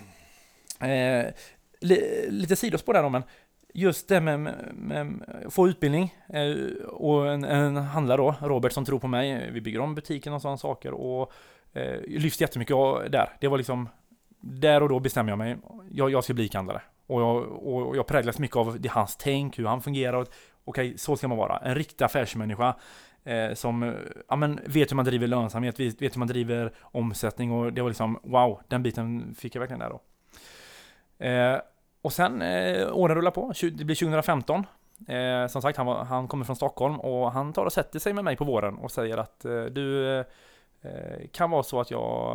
eh, li, lite sidospår där då, men just det med, med, med få utbildning eh, och en, en handlare då, Robert, som tror på mig. Vi bygger om butiken och sådana saker och eh, lyfts jättemycket där. Det var liksom, där och då bestämmer jag mig, jag, jag ska bli handlare. Och jag, och jag präglas mycket av det, hans tänk, hur han fungerar. Och, okej, så ska man vara. En riktig affärsmänniska eh, som ja, men vet hur man driver lönsamhet, vet, vet hur man driver omsättning. Och det var liksom, wow, den biten fick jag verkligen där då. Eh, och sen, eh, åren rullar på. Det blir tjugo femton. Eh, som sagt, han, var, han kommer från Stockholm och han tar och sätter sig med mig på våren och säger att eh, du... Eh, kan vara så att jag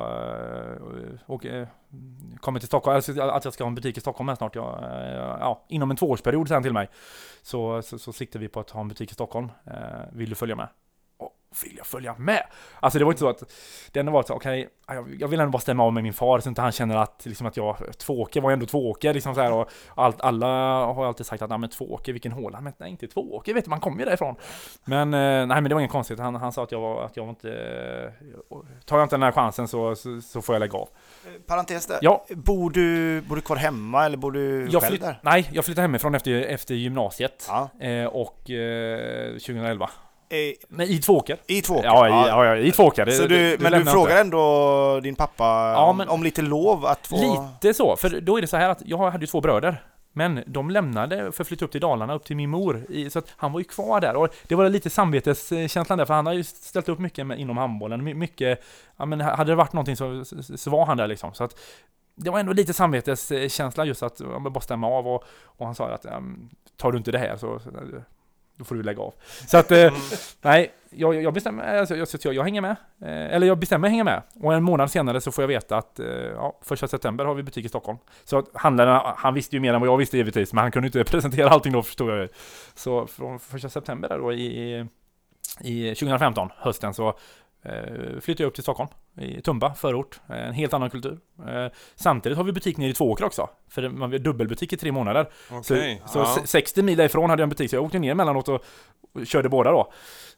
äh, och, äh, kommer till Stockholm, alltså att jag ska ha en butik i Stockholm här snart. Jag, äh, ja, inom en tvåårsperiod sen till mig så, så, så siktar vi på att ha en butik i Stockholm. Äh, vill du följa med? Oh, vill jag följa med? Alltså det var inte så att den var så okej, okay, jag, jag vill ändå bara stämma av med min far så inte han känner att, liksom, att jag tvååker var ändå tvååker liksom så här, och allt, alla har alltid sagt att nej men tvååker, vilken håla, men nej inte tvååker, vet du, man kommer ju därifrån. Men eh, nej men det var ingen konstigt, han, han sa att jag var, att jag var inte eh, tar jag inte den här chansen så, så, så får jag lägga av. Parentes där. Ja. Bor du, bor du kvar hemma eller bor du jag själv flytt, där? Nej, jag flyttade hemifrån efter, efter gymnasiet Ja. eh, och eh, tjugoelva. I, Men i Tvååker. I Tvååker? Ja, i, ja, ja, i Tvååker. Så du, men du frågar ändå din pappa ja, om, men, om lite lov att få... Lite så, för då är det så här att jag hade ju två bröder. Men de lämnade för att flytta upp till Dalarna, upp till min mor. I, så att han var ju kvar där. Och det var lite samveteskänslan där, för han har ju ställt upp mycket med, inom handbollen. Mycket, ja, men hade det varit någonting så, så, så var han där liksom. Så att det var ändå lite samveteskänsla just att man bara stämma av. Och, och han sa att tar du inte det här så... så då får du lägga av. Så att, eh, nej, jag, jag bestämmer, alltså, jag, jag, jag hänger med. Eh, eller jag bestämmer hänga med. Och en månad senare så får jag veta att eh, ja, första september har vi butik i Stockholm. Så att handlaren, han visste ju mer än vad jag visste givetvis, men han kunde inte presentera allting då, förstår jag. Så från första september där då i, i tjugo femton, hösten, så eh, flyttade jag upp till Stockholm, i Tumba, förort. En helt annan kultur. Eh, samtidigt har vi butik nere i Tvååker också. För man har dubbelbutik i tre månader. Okay, så ja. så sextio mil därifrån hade jag en butik. Så jag åkte ner emellanåt och, och körde båda då.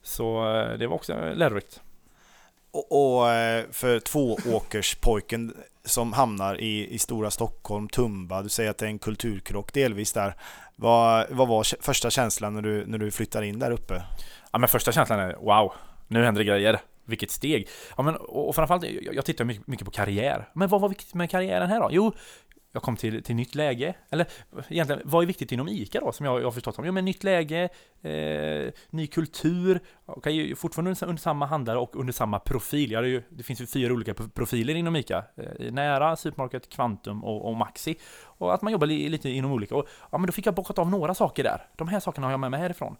Så eh, det var också lärorikt. Och, och för Tvååkerspojken som hamnar i, i stora Stockholm, Tumba, du säger att det är en kulturkrock delvis där. Vad, vad var första känslan när du, när du flyttar in där uppe? Ja, men första känslan är wow, nu händer det grejer. Vilket steg. Ja, men, och framförallt, jag, jag tittar mycket, mycket på karriär. Men vad var viktigt med karriären här då? Jo, jag kom till, till nytt läge. Eller egentligen, vad är viktigt inom ICA då? Som jag, jag har förstått om. Jo, men nytt läge, eh, ny kultur. Okay, fortfarande under, under samma handlare och under samma profil. Ja, det, är ju, det finns ju fyra olika profiler inom ICA. Eh, nära, Supermarket, Kvantum och, och Maxi. Och att man jobbar li, lite inom olika. Och, ja, men då fick jag bockat av några saker där. De här sakerna har jag med mig härifrån.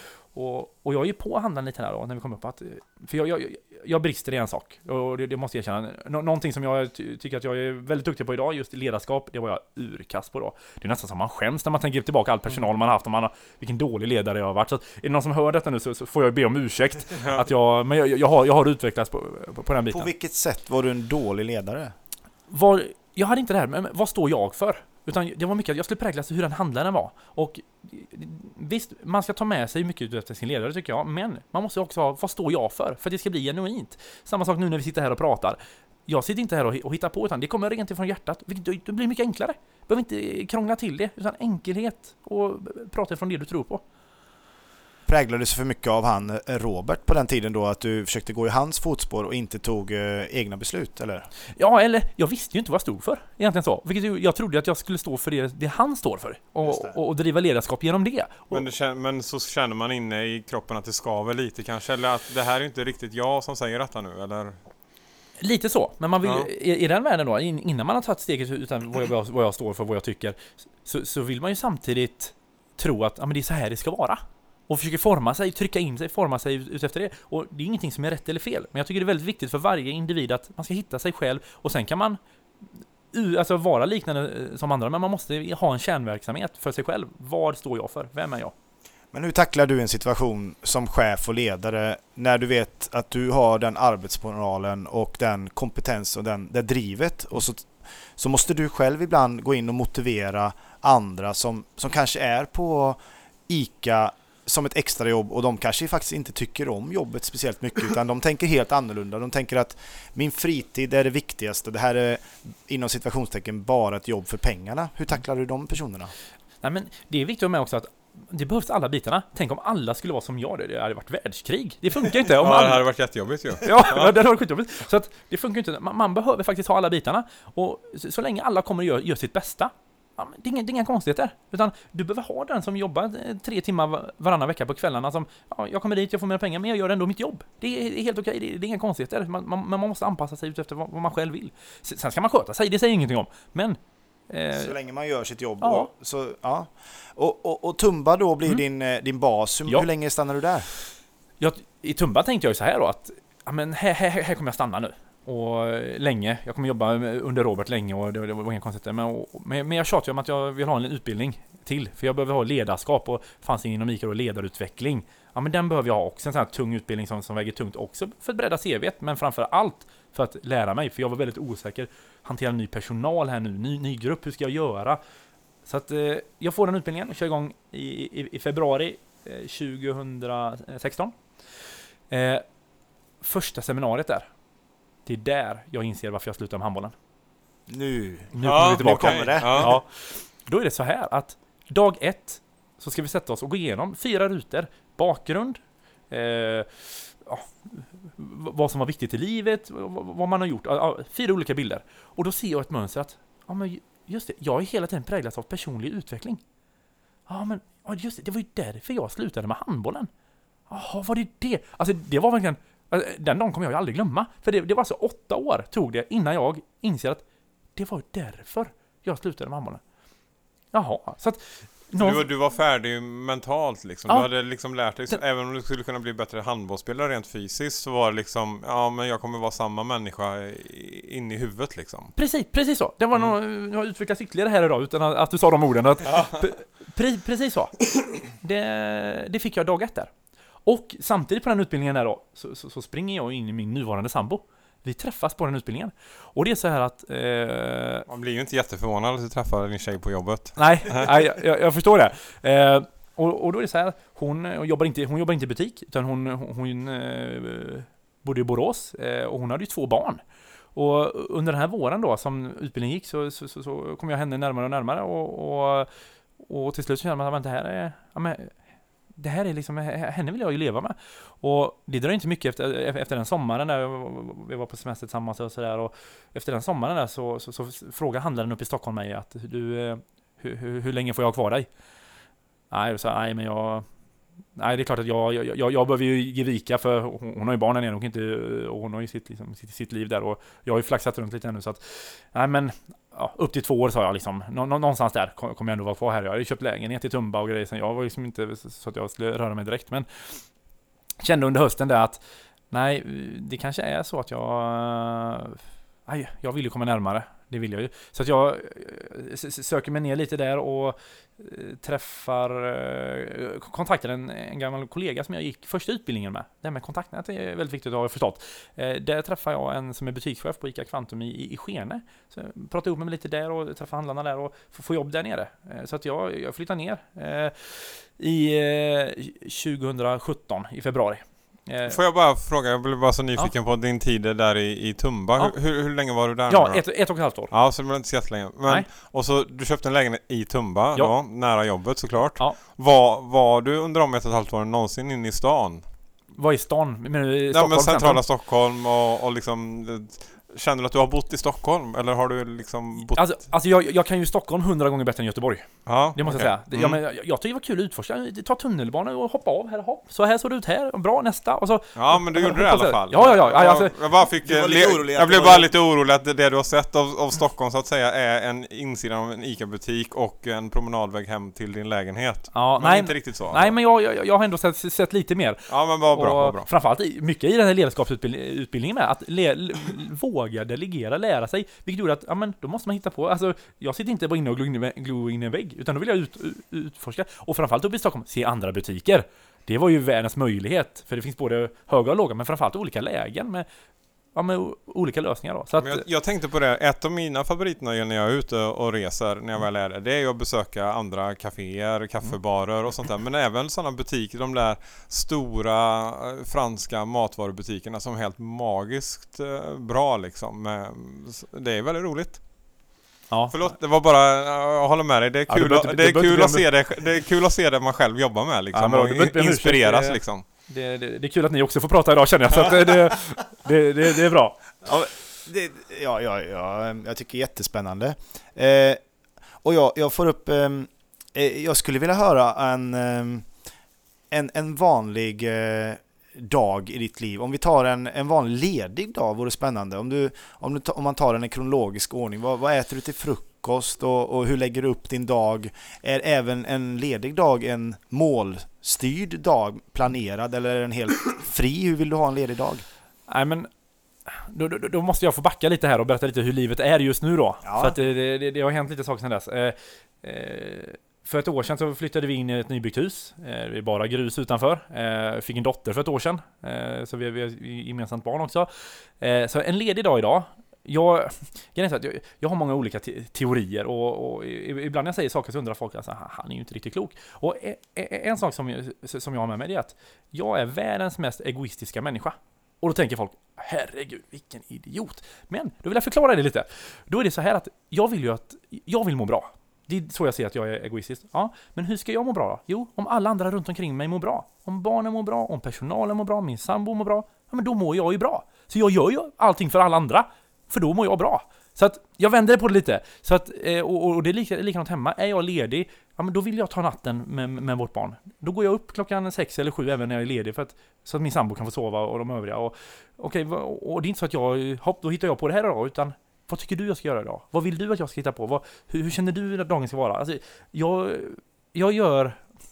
Och, och jag är ju på handlaren lite här då, när vi kommer upp att, för jag, jag, jag brister i en sak, och det, det måste jag erkänna. Nå, någonting som jag ty, tycker att jag är väldigt duktig på idag, just ledarskap, det var jag urkast på då. Det är nästan som man skäms när man tänker tillbaka all personal man har haft, och man har, vilken dålig ledare jag har varit. Så att, är det någon som hör detta nu så, så får jag be om ursäkt. att jag, men jag, jag, har, jag har utvecklats på, på, på den biten. På vilket sätt var du en dålig ledare? Var, jag hade inte det här, men vad står jag för? Utan det var mycket att jag skulle präglas hur den handlaren var. Och visst, man ska ta med sig mycket efter sin ledare tycker jag. Men man måste också ha, vad står jag för? För att det ska bli genuint. Samma sak nu när vi sitter här och pratar. Jag sitter inte här och, och hittar på, utan det kommer rent ifrån hjärtat. Det blir mycket enklare. Behöver inte krångla till det, utan enkelhet och prata från det du tror på. Präglades för mycket av han Robert på den tiden då, att du försökte gå i hans fotspår och inte tog eh, egna beslut, eller? Ja, eller jag visste ju inte vad jag stod för egentligen så. Vilket jag trodde att jag skulle stå för det, det han står för och, och, och driva ledarskap genom det. Men, det. men så känner man inne i kroppen att det skaver lite kanske, eller att det här är inte riktigt jag som säger detta nu, eller? Lite så, men man vill ja. i, i den världen då, innan man har tagit steget utan vad jag, vad jag står för, vad jag tycker, så, så vill man ju samtidigt tro att ja, men det är så här det ska vara. Och försöker forma sig, trycka in sig, forma sig ut efter det. Och det är ingenting som är rätt eller fel. Men jag tycker det är väldigt viktigt för varje individ att man ska hitta sig själv. Och sen kan man alltså vara liknande som andra, men man måste ha en kärnverksamhet för sig själv. Vad står jag för? Vem är jag? Men hur tacklar du en situation som chef och ledare när du vet att du har den arbetsmoralen och den kompetens och den, det drivet, och så, så måste du själv ibland gå in och motivera andra som, som kanske är på ICA som ett extra jobb, och de kanske faktiskt inte tycker om jobbet speciellt mycket, utan de tänker helt annorlunda. De tänker att min fritid är det viktigaste, det här är inom situationstecken bara ett jobb för pengarna. Hur tacklar du de personerna? Nej, men det är viktigt med också att det behövs alla bitarna. Tänk om alla skulle vara som jag, det hade varit världskrig. Det funkar inte. Om ja, alla... det hade varit jättejobbigt ju. Ja, det hade varit skitjobbigt. Så att det funkar inte. Man, man behöver faktiskt ha alla bitarna. Och så, så länge alla kommer att göra, göra sitt bästa, ja, det, är inga, det är inga konstigheter. Utan du behöver ha den som jobbar tre timmar varannan vecka på kvällarna som, ja, jag kommer dit, jag får mer pengar, men jag gör ändå mitt jobb. Det är, det är helt okej, det, det är inga konstigheter. Man, man, man måste anpassa sig ut efter vad, vad man själv vill. Sen ska man sköta sig, det säger ingenting om. Men så länge man gör sitt jobb. Ja. Och, så, ja. och, och, och Tumba då blir mm. din, din bas. Hur, ja. hur länge stannar du där? Jag, I Tumba tänkte jag ju så här då att ja, men här, här, här kommer jag stanna nu. Och länge, jag kommer jobba under Robert länge och det, det var inga konstigheter. Men, och, men, men jag tjatar ju om att jag vill ha en utbildning till. För jag behöver ha ledarskap, och fanns inom ICA och ledarutveckling. Ja, men den behöver jag ha också. En sån här tung utbildning som, som väger tungt också för att bredda C V:t, men framför allt för att lära mig. För jag var väldigt osäker. Hantera ny personal här nu, ny, ny grupp, hur ska jag göra? Så att eh, jag får den utbildningen och kör igång i, i, i februari eh, tjugohundrasexton. Eh, första seminariet där. Det är där jag inser varför jag slutar med handbollen. Nu, nu ja, kommer vi tillbaka. Nu kommer det. Ja. Ja. Då är det så här att dag ett så ska vi sätta oss och gå igenom fyra rutor. Bakgrund, eh, ja, vad som var viktigt i livet, vad man har gjort. Ja, fyra olika bilder. Och då ser jag ett mönster att ja, men just det, jag är hela tiden präglad av personlig utveckling. Ja, men ja, just det, det var ju därför jag slutade med handbollen. Jaha, var det det? Alltså det var verkligen, den dagen kommer jag ju aldrig glömma. För det, det var alltså åtta år tog det innan jag inser att det var därför jag slutade med handbollen. Jaha, så att någon... du, du var färdig mentalt liksom. Ja. Du hade liksom lärt dig, så även om du skulle kunna bli bättre handbollsspelare rent fysiskt, så var det liksom, ja men jag kommer vara samma människa in i huvudet liksom. Precis, precis så. Det var mm. nog, jag har utvecklats ytterligare här idag utan att, att du sa de orden. Att, ja. pre, precis så. Det, det fick jag dag ett där. Och samtidigt på den utbildningen där då, så, så, så springer jag in i min nuvarande sambo. Vi träffas på den utbildningen. Och det är så här att... Eh... Man blir ju inte jätteförvånad att du träffar din tjej på jobbet. Nej, nej jag, jag förstår det. Eh, och, och då är det så här, hon jobbar inte, hon jobbar inte i butik, utan hon, hon, hon eh, bodde i Borås eh, och hon hade ju två barn. Och under den här våren då, som utbildningen gick, så, så, så, så kom jag henne närmare och närmare. Och, och, och till slut så kände man att det här är... Ja, men, det här är liksom, henne vill jag ju leva med. Och det drar inte mycket efter, efter den sommaren där vi var på semester tillsammans och sådär. Och efter den sommaren där så, så, så frågade handlaren upp i Stockholm mig att du, hur, hur, hur länge får jag ha kvar dig? Nej, jag sa, nej men jag... Nej, det är klart att jag, jag, jag, jag behöver ju ge vika, för hon, hon har ju barnen igen och, inte, och hon har ju sitt, liksom, sitt, sitt liv där. Och jag har ju flaxat runt lite ännu, så att... Nej men... Ja, upp till två år sa jag liksom. Nå- någonstans där kommer jag ändå vara kvar här. Jag hade köpt lägenhet i Tumba och grejer. Sen jag var liksom inte så att jag skulle röra mig direkt. Men kände under hösten där att nej, det kanske är så att jag aj, jag vill ju komma närmare. Det vill jag ju. Så att jag söker mig ner lite där och träffar, kontaktar en, en gammal kollega som jag gick första utbildningen med. Det här med kontaktnät är väldigt viktigt att ha förstått. Där träffar jag en som är butikschef på ICA Kvantum i, i Skene. Så jag pratade ihop med mig lite där och träffade handlarna där och få jobb där nere. Så att jag, jag flyttade ner i tjugohundrasjutton i februari. Får jag bara fråga, jag blev bara så nyfiken ja. på din tid där i, i Tumba. Ja. Hur, hur länge var du där? Ja, ett, ett och ett halvt år. Ja, så det var inte så jättelänge. Men, Nej. Och så du köpte en lägenhet i Tumba, ja. Då, nära jobbet såklart. Ja. Var, var du under de ett och ett halvt åren någonsin inne i stan? Var i stan? Men i ja, men centrala centrum. Stockholm och, och liksom... Känner du att du har bott i Stockholm? Eller har du liksom bott... Alltså, alltså jag, jag kan ju Stockholm hundra gånger bättre än Göteborg. Ja, det måste okay. jag säga. Mm. Ja, men jag, jag tycker det var kul att utforska. Ta tunnelbanan och hoppa av här. Hopp. Så här såg det ut här. Bra, nästa. Och så, ja, men du gjorde det i alla fall. Ja, ja, ja. ja alltså, jag, jag, bara fick, le- jag blev bara lite orolig att det, det du har sett av, av Stockholm så att säga är en insidan av en ICA-butik och en promenadväg hem till din lägenhet. Ja, men nej, inte riktigt så. Nej, men jag, jag, jag har ändå sett, sett lite mer. Ja, men vad bra, vad bra. Framförallt mycket i den här ledarskapsutbildningen med att le, le, våga delegera, lära sig. Vilket gjorde att, ja men då måste man hitta på, alltså jag sitter inte bara inne och glo in i en vägg, utan då vill jag ut, ut, utforska. Och framförallt uppe i Stockholm, se andra butiker. Det var ju världens möjlighet, för det finns både höga och låga, men framförallt olika lägen med, ja, med olika lösningar då. Så att, jag, jag tänkte på det, ett av mina favoritnöjen när jag är ute och reser, när jag väl är det, det är ju att besöka andra kaféer, kaffebarer och sånt där, men även sådana butiker, de där stora franska matvarubutikerna som är helt magiskt bra liksom. Det är väldigt roligt. Ja. Förlåt, det var bara, jag håller med dig, det är kul, ja, det, det, det, det är kul att se det, det är kul att se det man själv jobbar med liksom, ja, och det, inspireras liksom. Det, det, det är kul att ni också får prata idag, känner jag, så att det, det, det, det, det är bra. Ja, det, ja, ja, ja, jag tycker det är jättespännande. Eh, och jag, jag får upp, eh, jag skulle vilja höra en, en, en vanlig eh, dag i ditt liv. Om vi tar en, en vanlig ledig dag, vore spännande. Om, du, om, du, om man tar den i kronologisk ordning, vad, vad äter du till frukost och, och hur lägger du upp din dag? Är även en ledig dag en målstyrd dag, planerad, eller är den helt fri? Hur vill du ha en ledig dag? Nej, men då, då, då måste jag få backa lite här och berätta lite hur livet är just nu då. Ja. För att det, det, det har hänt lite saker sedan dess. Eh, eh, För ett år sedan så flyttade vi in i ett nybyggt hus. Eh, det är bara grus utanför. Eh, fick en dotter för ett år sedan. Eh, så vi har, vi har gemensamt barn också. Eh, så en ledig dag idag. Jag, jag, jag har många olika te- teorier. Och, och ibland när jag säger saker så undrar folk att alltså, han är ju inte riktigt klok. Och en, en sak som jag, som jag har med mig är att jag är världens mest egoistiska människa. Och då tänker folk, herregud, vilken idiot. Men då vill jag förklara det lite. Då är det så här att jag vill ju att jag vill må bra. Det är så jag ser att jag är egoistisk. Ja, men hur ska jag må bra då? Jo, om alla andra runt omkring mig mår bra. Om barnen mår bra, om personalen mår bra, min sambo mår bra. Ja, men då mår jag ju bra. Så jag gör ju allting för alla andra. För då mår jag bra. Så att jag vänder på det lite. Så att, och, och det är lika, likadant hemma. Är jag ledig, ja, men då vill jag ta natten med, med vårt barn. Då går jag upp klockan sex eller sju även när jag är ledig. För att, så att min sambo kan få sova och de övriga. Och, okay, och det är inte så att jag, hopp, då hittar jag på det här då, utan vad tycker du jag ska göra idag? Vad vill du att jag ska hitta på? Vad, hur, hur känner du att dagen ska vara? Alltså, jag, jag gör...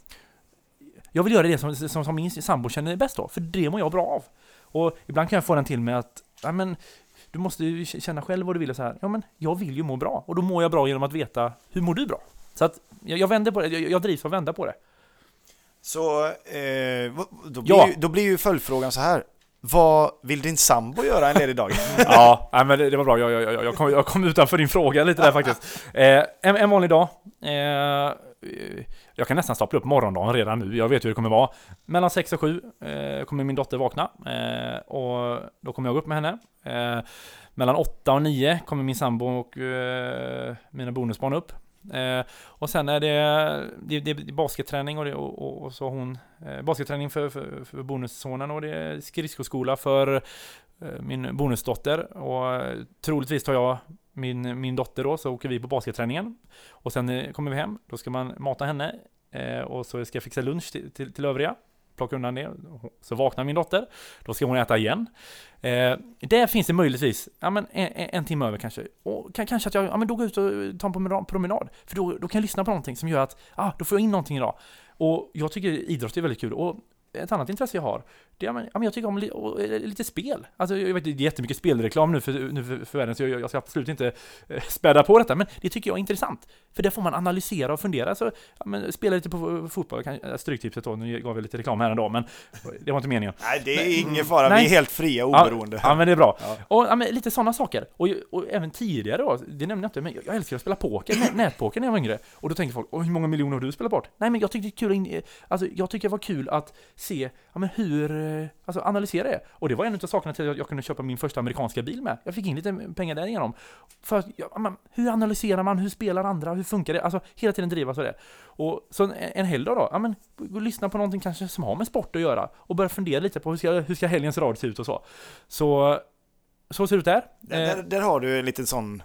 Jag vill göra det som, som, som min sambo känner bäst då. För det mår jag bra av. Och ibland kan jag få den till med att... Ja, men, du måste ju känna själv vad du vill och så här. Ja, men jag vill ju må bra. Och då mår jag bra genom att veta hur mår du bra. Så att jag, jag vänder på det. Jag, jag drivs av att vända på det. Så eh, då, blir ja. ju, då blir ju följdfrågan så här. Vad vill din sambo göra en ledig dag? Ja, nej, men det, det var bra. Jag, jag, jag, kom, jag kom utanför din fråga lite där faktiskt. Eh, en, en vanlig dag. Eh, jag kan nästan stapla upp morgondagen redan nu. Jag vet hur det kommer vara. Mellan sex och sju eh, kommer min dotter vakna. Eh, och då kommer jag gå upp med henne. Eh, mellan åtta och nio kommer min sambo och eh, mina bonusbarn upp. Eh, och sen är det, det, det är basketträning och, det, och, och, och så hon eh, basketträning för, för, för bonussonen och det är skridskoskola för eh, min bonusdotter och eh, troligtvis tar jag min, min dotter då, så åker vi på basketträningen och sen eh, kommer vi hem, då ska man mata henne eh, och så ska jag fixa lunch till, till, till övriga, plocka undan det, så vaknar min dotter, då ska hon äta igen. Eh, där finns det möjligtvis ja, men en, en timme över kanske. Och kan, kanske att jag ja, men då går ut och tar en promenad. För då, då kan jag lyssna på någonting som gör att ah, då får jag in någonting idag. Och jag tycker idrott är väldigt kul. Och ett annat intresse jag har, det är, ja, men jag tycker om li, och, lite spel. Alltså, jag vet, det är jättemycket spelreklam nu för, nu för, för världen, så jag, jag ska absolut inte eh, späda på detta, men det tycker jag är intressant. För där får man analysera och fundera. Så, ja, men, spela lite på fotboll, kan, stryktipset då, nu gav jag lite reklam här ändå, men det var inte meningen. Nej, det är men, ingen fara, nej. vi är helt fria, oberoende. Ja, ja men det är bra. Ja. Och ja, men, lite sådana saker. Och, och även tidigare då, det nämnde jag inte, men jag, jag älskar att spela poker, nä, nätpoker när jag var yngre. Och då tänker folk, hur många miljoner har du spelat bort? Nej, men jag tyckte det är kul att in, alltså, jag tycker det var kul att se, ja, men hur, alltså analysera det. Och det var en av sakerna till att jag kunde köpa min första amerikanska bil med. Jag fick in lite pengar där igenom. För att, ja, man, hur analyserar man, hur spelar andra, hur funkar det? Alltså hela tiden driva så det. Och så en, en hel dag då, ja, men gå och lyssna på någonting kanske som har med sport att göra och börja fundera lite på hur ska, hur ska helgens rad se ut och så. Så så ser det ut där. Där, där, där har du en liten sån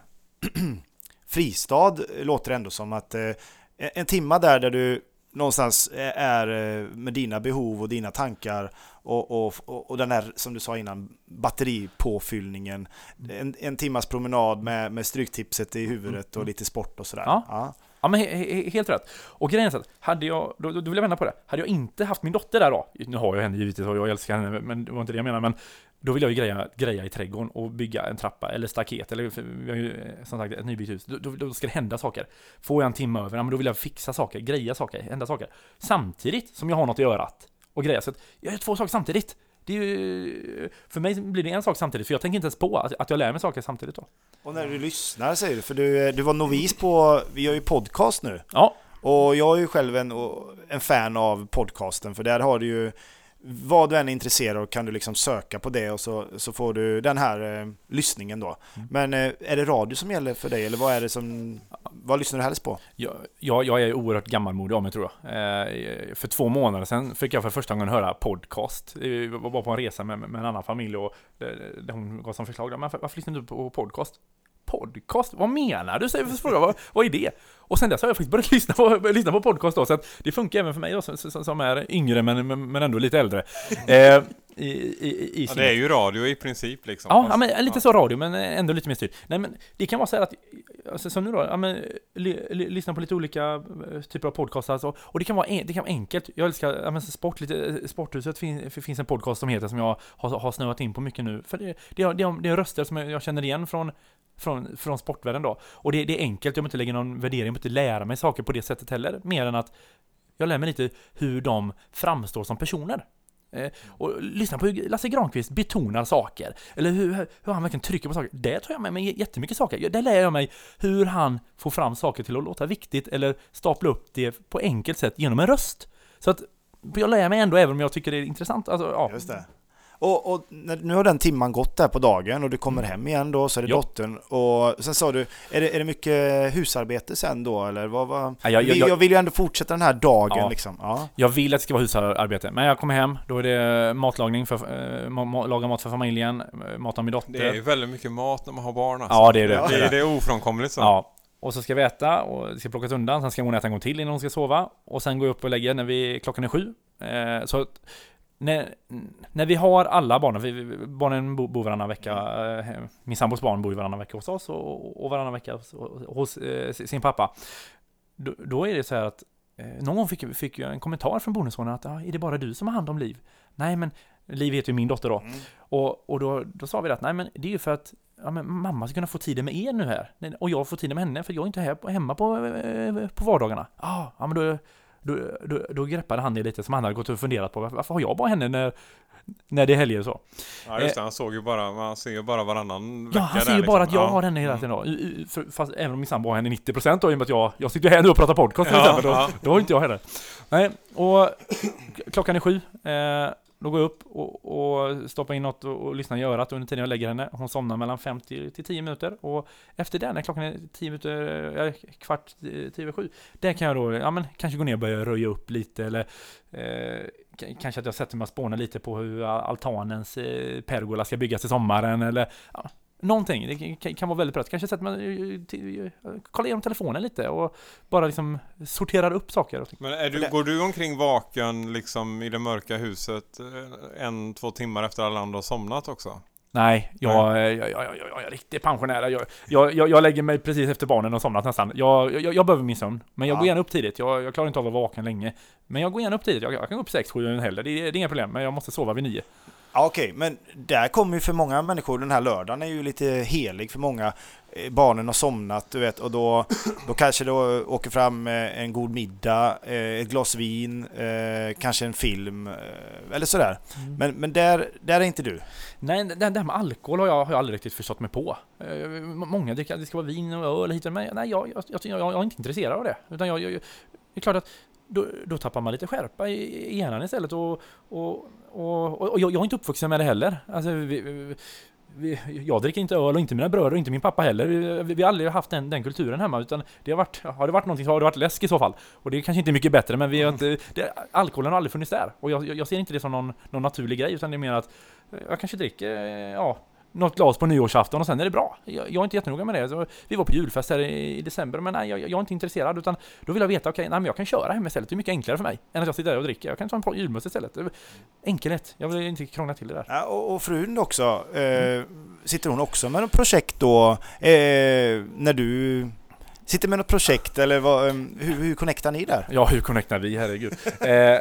fristad, låter det ändå som att eh, en timma där där du någonstans är med dina behov och dina tankar och, och, och den här, som du sa innan, batteripåfyllningen, en, en timmas promenad med, med stryktipset i huvudet och lite sport och sådär. Ja. Ja. Ja, men he- he- helt rätt. Och grejen är så att, hade jag, då, då vill jag vända på det. Hade jag inte haft min dotter där då, nu har jag henne givetvis och jag älskar henne, men det var inte det jag menar, men då vill jag ju greja, greja i trädgården och bygga en trappa eller staket, eller vi har ju som sagt ett nybyggt hus. Då, då, då ska det hända saker. Får jag en timme över, ja, men då vill jag fixa saker, greja saker, hända saker. Samtidigt som jag har något i örat och greja. Så att jag gör två saker samtidigt. Det är ju, för mig blir det en sak samtidigt, för jag tänker inte ens på att, att jag lär mig saker samtidigt då. Och när du lyssnar, säger du, för du, du var novis på, vi gör ju podcast nu. Ja. Och jag är ju själv en, en fan av podcasten, för där har du ju, vad du än är intresserad av kan du liksom söka på det och så, så får du den här eh, lyssningen då. Mm. Men eh, är det radio som gäller för dig, eller vad är det som, vad lyssnar du helst på? Jag, jag, jag är oerhört gammalmodig av mig, tror jag. Eh, för två månader sedan fick jag för första gången höra podcast. Jag var bara på en resa med, med en annan familj och där hon gav som förslag, men varför, varför lyssnar du på podcast? Podcast? Vad menar du? Säger fråga, vad, vad är det? Och sen dess har jag faktiskt börjat lyssna på, lyssna på podcast då, så att det funkar även för mig då, som, som är yngre men, men ändå lite äldre. Eh, i, i, i ja, det är ju radio i princip liksom. Ja, ja men lite så radio, men ändå lite mer styrt. Nej, men det kan vara så här att, alltså, som nu då, ja, men, li, li, lyssna på lite olika typer av podcasts alltså, och det kan vara, det kan vara enkelt. Jag älskar, ja, men, sport, lite, Sporthuset fin, finns en podcast som heter, som jag har, har snöat in på mycket nu. För det, det, är, det, är, det är röster som jag känner igen från Från, från sportvärlden då. Och det, det är enkelt, jag måste inte lägga någon värdering, jag måste inte lära mig saker på det sättet heller. Mer än att jag lär mig lite hur de framstår som personer. Eh, och lyssna på hur Lasse Granqvist betonar saker. Eller hur, hur han verkligen trycker på saker. Det tar jag med mig jättemycket saker. Där lär jag mig hur han får fram saker till att låta viktigt. Eller stapla upp det på enkelt sätt genom en röst. Så att jag lär mig ändå, även om jag tycker det är intressant. Alltså, ja. Just det. Och, och nu har den timman gått där på dagen och du kommer hem igen då, så är det ja. dottern. Och sen sa du, är det, är det mycket husarbete sen då? Eller vad, vad? Ja, jag, jag, jag vill ju ändå fortsätta den här dagen ja. liksom. Ja. Jag vill att det ska vara husarbete, men jag kommer hem, då är det matlagning, för, äh, ma- laga mat för familjen, mata min dotter. Det är ju väldigt mycket mat när man har barn alltså. Ja, det är det. Ja. Det, är, det är ofrånkomligt så. Ja. Och så ska vi äta och det ska plockas undan, sen ska hon äta en gång till innan hon ska sova. Och sen går jag upp och lägger när vi, klockan är sju. Eh, så När, när vi har alla barnen, vi, barnen bor, bor varannan vecka, eh, min sambos barn bor varannan vecka hos oss och, och varannan vecka hos, hos eh, sin pappa, då, då är det så här att eh, någon gång fick, fick jag en kommentar från bonussonen att ah, är det bara du som har hand om Liv? Nej, men Liv heter ju min dotter då. Mm. Och, och då, då sa vi att nej, men det är ju för att ja, men mamma ska kunna få tiden med er nu här, och jag får tiden med henne för jag är inte här, hemma på, eh, på vardagarna. Ah, ja, men då Då, då, då greppade han det lite som han hade gått och funderat på. Varför har jag bara henne när, när det är helger så? Ja, just det. Han såg ju bara, man ser ju bara varannan vecka. Ja, han ser där, ju bara liksom. att jag Ja. har henne hela tiden då. För, fast även om min sambo har henne nittio procent då, i och med att jag, jag sitter ju här nu och pratar podcast till Ja, exempel. Då, ja. då har inte jag heller. Nej, och klockan är sju. Eh, då går jag upp och, och stoppar in något och, och lyssnar i örat under tiden jag lägger henne. Hon somnar mellan femtio till tio minuter. Och efter det, när klockan är tio minuter, kvart, tio över sju, där kan jag då, ja men kanske gå ner och börja röja upp lite. Eller eh, k- kanske att jag sätter mig och spånar lite på hur altanens eh, pergola ska byggas till sommaren. Eller ja, någonting. Det kan, kan vara väldigt bra. Kanske sätter man till, kolla igenom telefonen lite och bara liksom sorterar upp saker. Men är du, går du omkring vaken liksom i det mörka huset en, två timmar efter alla andra har somnat också? Nej, jag, jag, jag, jag, jag är riktigt pensionär. Jag, jag, jag, jag lägger mig precis efter barnen och somnat nästan. Jag, jag, jag behöver min sömn, men jag Ja. går gärna upp tidigt. Jag, jag klarar inte av att vara vaken länge. Men jag går gärna upp tidigt. Jag, jag kan gå upp sex, sju heller. Det, är- det är inga problem, men jag måste sova vid nio. Ja, okej, men där kommer ju för många människor, den här lördagen är ju lite helig för många. Eh, Barnen har somnat, du vet, och då, då kanske då åker fram eh, en god middag, eh, ett glas vin, eh, kanske en film, eh, eller sådär. Mm. Men, men där, där är inte du. Nej, det, det här med alkohol har jag, har jag aldrig riktigt förstått mig på. Eh, många dricker, det ska vara vin och öl hit och men nej, jag, jag, jag, jag är inte intresserad av det. Utan jag, jag, det är klart att då, då tappar man lite skärpa i, i hjärnan istället. Och, och, och, och jag, jag är inte uppvuxen med det heller. Alltså, vi, vi, vi, jag dricker inte öl och inte mina bröder och inte min pappa heller. Vi, vi, vi har aldrig haft den, den kulturen hemma. Utan det har, varit, har det varit någonting så har det varit läsk i så fall. Och det är kanske inte mycket bättre, men vi har inte, det, alkoholen har aldrig funnits där. Och jag, jag ser inte det som någon, någon naturlig grej, utan det är mer att jag kanske dricker, ja, något glas på nyårsafton och sen är det bra. Jag, jag är inte jättenoga med det. Så vi var på julfest här i, i december, men nej, jag, jag är inte intresserad, utan då vill jag veta, okej, okay, nej, men jag kan köra hem istället. Det är mycket enklare för mig än att jag sitter där och dricker. Jag kan ta en julmust istället. Enkelhet. Jag vill inte krångla till det där. Ja, och, och frun också, eh, sitter hon också med något projekt då, eh, när du sitter med något projekt, eller vad, eh, hur, hur connectar ni där? Ja, hur connectar vi? Herregud. eh,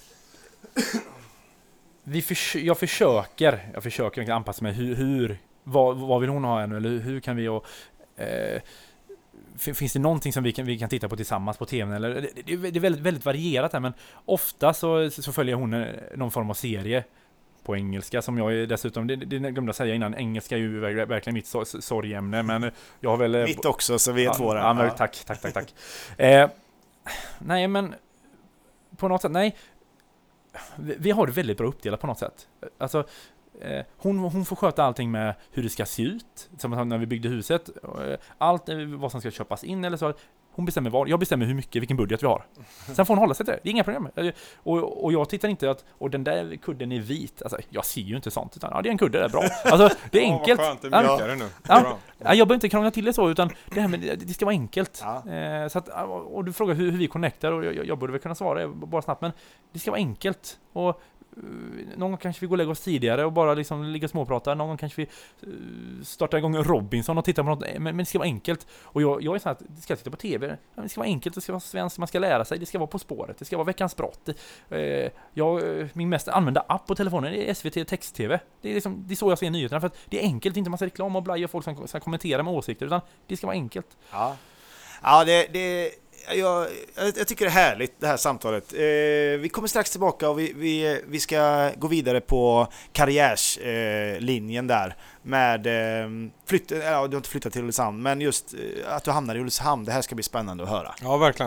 vi förs- jag försöker, jag försöker anpassa mig. Hur, hur vad, vad vill hon ha ännu? Eller hur, hur kan vi... Och, eh, finns det någonting som vi kan, vi kan titta på tillsammans på tvn? Eller, det, det, det är väldigt, väldigt varierat här, men ofta så, så följer hon någon form av serie på engelska, som jag är dessutom, det, det glömde jag säga innan, engelska är ju verkligen mitt so- sorgämne, men jag har väl... Mitt också, så vi är ja, två där. ja, men, tack, tack, tack, tack. eh, nej, men på något sätt, nej. Vi, vi har det väldigt bra uppdelat på något sätt. Alltså, eh, hon, hon får sköta allting med hur det ska se ut, som när vi byggde huset. Eh, allt eh, vad som ska köpas in eller så. Hon bestämmer vad. Jag bestämmer hur mycket, vilken budget vi har. Sen får hon hålla sig till det. Det är inga problem. Och, och jag tittar inte att, och den där kudden är vit. Alltså, jag ser ju inte sånt. Utan, ja, det är en kudde, det är bra. Alltså, det är enkelt. Ja, vad skönt, det är mjukare nu. Ja, ja, jag behöver inte krångla till det så, utan det här med, det ska vara enkelt. Ja. Eh, så att, och du frågar hur, hur vi connectar, och jag, jag borde väl kunna svara bara snabbt, men det ska vara enkelt. Och någon gång kanske vi går och lägger oss tidigare och bara liksom ligga och småprata. Någon gång kanske vi startar igång Robinson och tittar på något, men, men det ska vara enkelt. Och jag, jag är så här, det ska titta på tv. Det ska vara enkelt, det ska vara svenskt, man ska lära sig. Det ska vara På spåret, det ska vara Veckans brott. Eh, jag, min mest använda app på telefonen är S V T text-tv. Det är, liksom, det är så jag ser nyheterna, för att det är enkelt, inte massa reklam och blaj och folk som ska kommentera med åsikter, utan det ska vara enkelt. Ja, ja det... det... Jag, jag tycker det är härligt, det här samtalet. Eh, vi kommer strax tillbaka och vi, vi, vi ska gå vidare på karriärslinjen eh, där med eh, flytt, ja, du har inte flyttat till Ulricehamn, men just eh, att du hamnar i Ulricehamn. Det här ska bli spännande att höra. Ja, verkligen.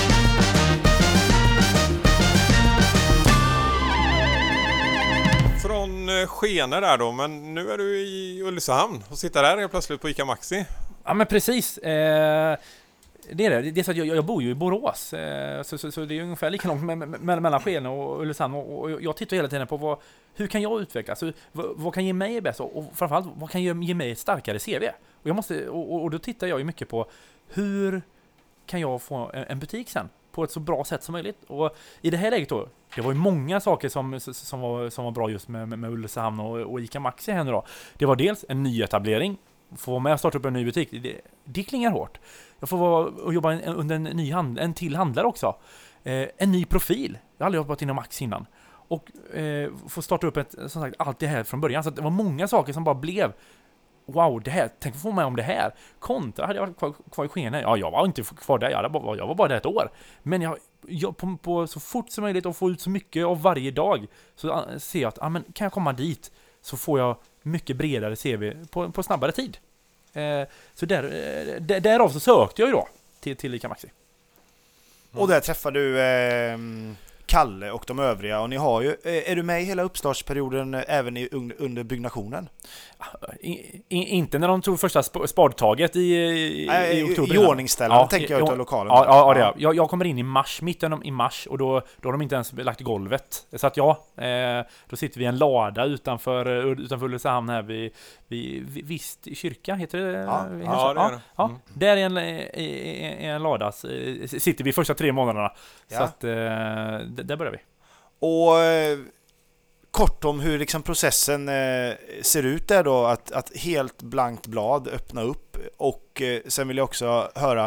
Från eh, Skene där då, men nu är du i Ulricehamn och sitter där helt plötsligt på ICA Maxi. Ja, men precis. Eh... Det är det. Det är så att jag, jag bor ju i Borås, eh, så, så, så det är ungefär lika långt me, me, mellan Skene och Ulricehamn, och, och jag tittar hela tiden på vad, hur kan jag utvecklas, alltså, vad, vad kan ge mig bäst, och, och framförallt vad kan ge, ge mig ett starkare C V. Och, jag måste, och, och då tittar jag ju mycket på hur kan jag få en, en butik sen på ett så bra sätt som möjligt. Och i det här läget då, det var ju många saker som, som, var, som var bra just med, med, med Ulricehamn och, och ICA Maxi här nu då. Det var dels en nyetablering, få vara med och starta upp en ny butik, det, det klingar hårt. Jag får vara och jobba en, under en ny hand, en till handlare också. Eh, en ny profil. Jag har aldrig jobbat inom Max innan. Och eh, få starta upp ett, som sagt, allt det här från början. Så det var många saker som bara blev wow, det här, tänk att få med om det här. Kontra hade jag varit kvar, kvar i Skene. Ja, jag var inte kvar där, jag, hade bara, jag var bara där ett år. Men jag, jag på, på så fort som möjligt och få ut så mycket av varje dag, så uh, ser jag att ah, men, kan jag komma dit så får jag mycket bredare C V på, på snabbare tid. Eh, så där, där, därav så sökte jag ju då till, till ICA Maxi. Mm. Och där träffar du eh, Kalle och de övriga, och ni har ju, eh, är du med i hela uppstartsperioden eh, även i, under, under byggnationen? I, i, inte när de tog första sp- spadtaget i, i, äh, i oktober. I ordningställan, ja, tänker jag, utav lokalen. Ja, ja, ja, det är. Jag, jag kommer in i mars, mitten i mars, och då, då har de inte ens lagt golvet. Så att ja, eh, då sitter vi i en lada utanför, utanför Ulricehamn här vid, vid, vid Vist kyrka, heter det? Ja, vid ja det är det. Ja, Mm. där är en, i, en, en lada, sitter vi första tre månaderna. Ja. Så att, eh, där börjar vi. Och eh, kort om hur liksom processen eh, ser ut där då, att, att helt blankt blad öppna upp, och eh, sen vill jag också höra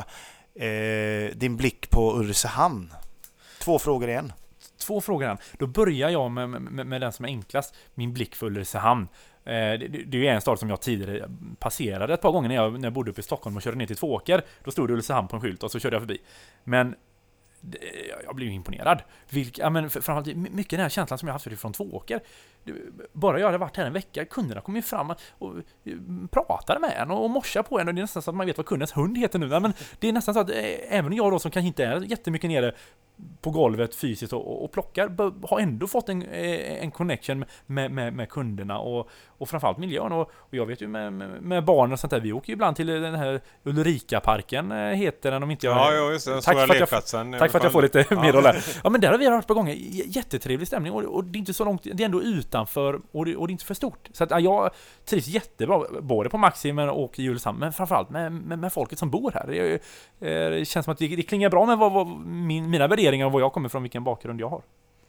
eh, din blick på Ulricehamn. Två frågor igen. Två frågor igen. Då börjar jag med, med, med den som är enklast, min blick för Ulricehamn. Eh, det, det är ju en stad som jag tidigare passerade ett par gånger när jag, när jag bodde uppe i Stockholm och körde ner till Tvååker. Då stod det Ulricehamn på en skylt och så körde jag förbi. Men jag blev imponerad. Vilka, ja, men framförallt mycket den här känslan som jag haft från Tvååker. Bara jag hade varit här en vecka, kunderna kom ju fram och pratade med en och morsade på en, och det är nästan så att man vet vad kundens hund heter nu. Ja, men det är nästan så att även jag då som kanske inte är jättemycket nere på golvet fysiskt och, och plockar, har ändå fått en, en connection med, med, med kunderna och, och framförallt miljön. Och, och jag vet ju med, med, med barnen och sånt där, vi åker ju ibland till den här Ulrika-parken, heter den om inte jag... Ja, ja just det. Tack för att jag, tack för att jag får lite ja. medhåll där. Ja, men där har vi varit på gånger. Jättetrevlig stämning, och, och det är inte så långt, det är ändå utanför, och det, och det är inte för stort. Så att, ja, jag trivs jättebra, både på Maxi men, och i Ulricehamn, men framförallt med, med, med folket som bor här. Det, det känns som att det, det klingar bra med vad, vad min, mina värderingar och var jag kommer från, vilken bakgrund jag har.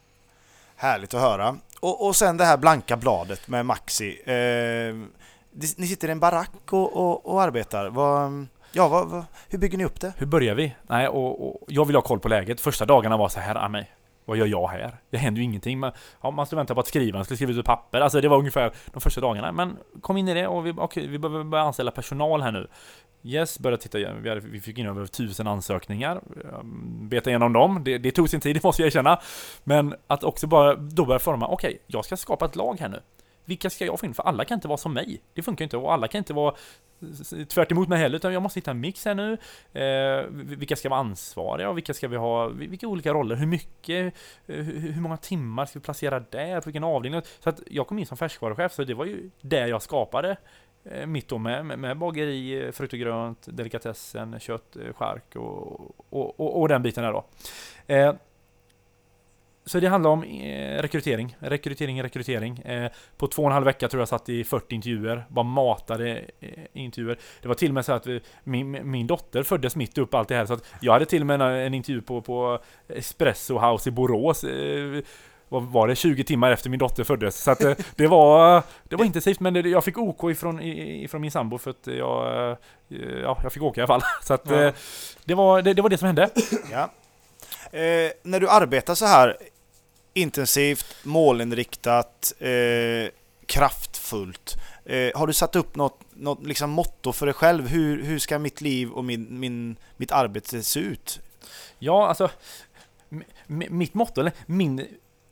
Härligt att höra. Och, och sen det här blanka bladet med Maxi. Eh, ni sitter i en barack och, och, och arbetar. Vad, ja, vad, vad, hur bygger ni upp det? Hur börjar vi? Nej, och, och jag vill ha koll på läget. Första dagarna var så här, ah, mig. Vad gör jag här? Det händer ju ingenting. Man, ja, man skulle vänta på att skriva, man skulle skriva ut papper. Alltså det var ungefär de första dagarna. Men kom in i det och vi, okay, vi behöver börja anställa personal här nu. Yes, började titta igen. Vi, hade, vi fick in över tusen ansökningar. Beta igenom dem. Det, det tog sin tid, det måste jag erkänna. Men att också bara då börja forma, okej, okay, jag ska skapa ett lag här nu. Vilka ska jag få in? För alla kan inte vara som mig. Det funkar inte. Och alla kan inte vara tvärt emot mig heller, utan jag måste hitta en mix här nu. Eh, vilka ska vara ansvariga och vilka ska vi ha, vilka olika roller, hur mycket, hur, hur många timmar ska vi placera där, på vilken avdelning. Så att jag kom in som färskvaruchef, så det var ju där jag skapade eh, mitt då med, med, med bageri, frukt och grönt, delikatessen, kött, skärk och, och, och, och den biten där då. Eh, Så det handlar om eh, rekrytering, rekrytering, rekrytering. Eh, på två och en halv vecka tror jag satt i fyrtio intervjuer, bara matade eh, intervjuer. Det var till och med så att vi, min, min dotter föddes mitt upp allt det här, så att jag hade till och med en, en intervju på, på Espresso House i Borås. Eh, var, var det tjugo timmar efter min dotter föddes. Så att, eh, det var det var intensivt, men det, jag fick OK ifrån, ifrån min sambo för att jag, ja, jag fick åka i alla fall. Så att, eh, det, var, det, det var det som hände. Ja. Eh, när du arbetar så här intensivt, målinriktat, eh, kraftfullt, eh, har du satt upp något, något liksom motto för dig själv? Hur, hur ska mitt liv och min, min, mitt arbete se ut? Ja, alltså m- m- mitt motto, eller min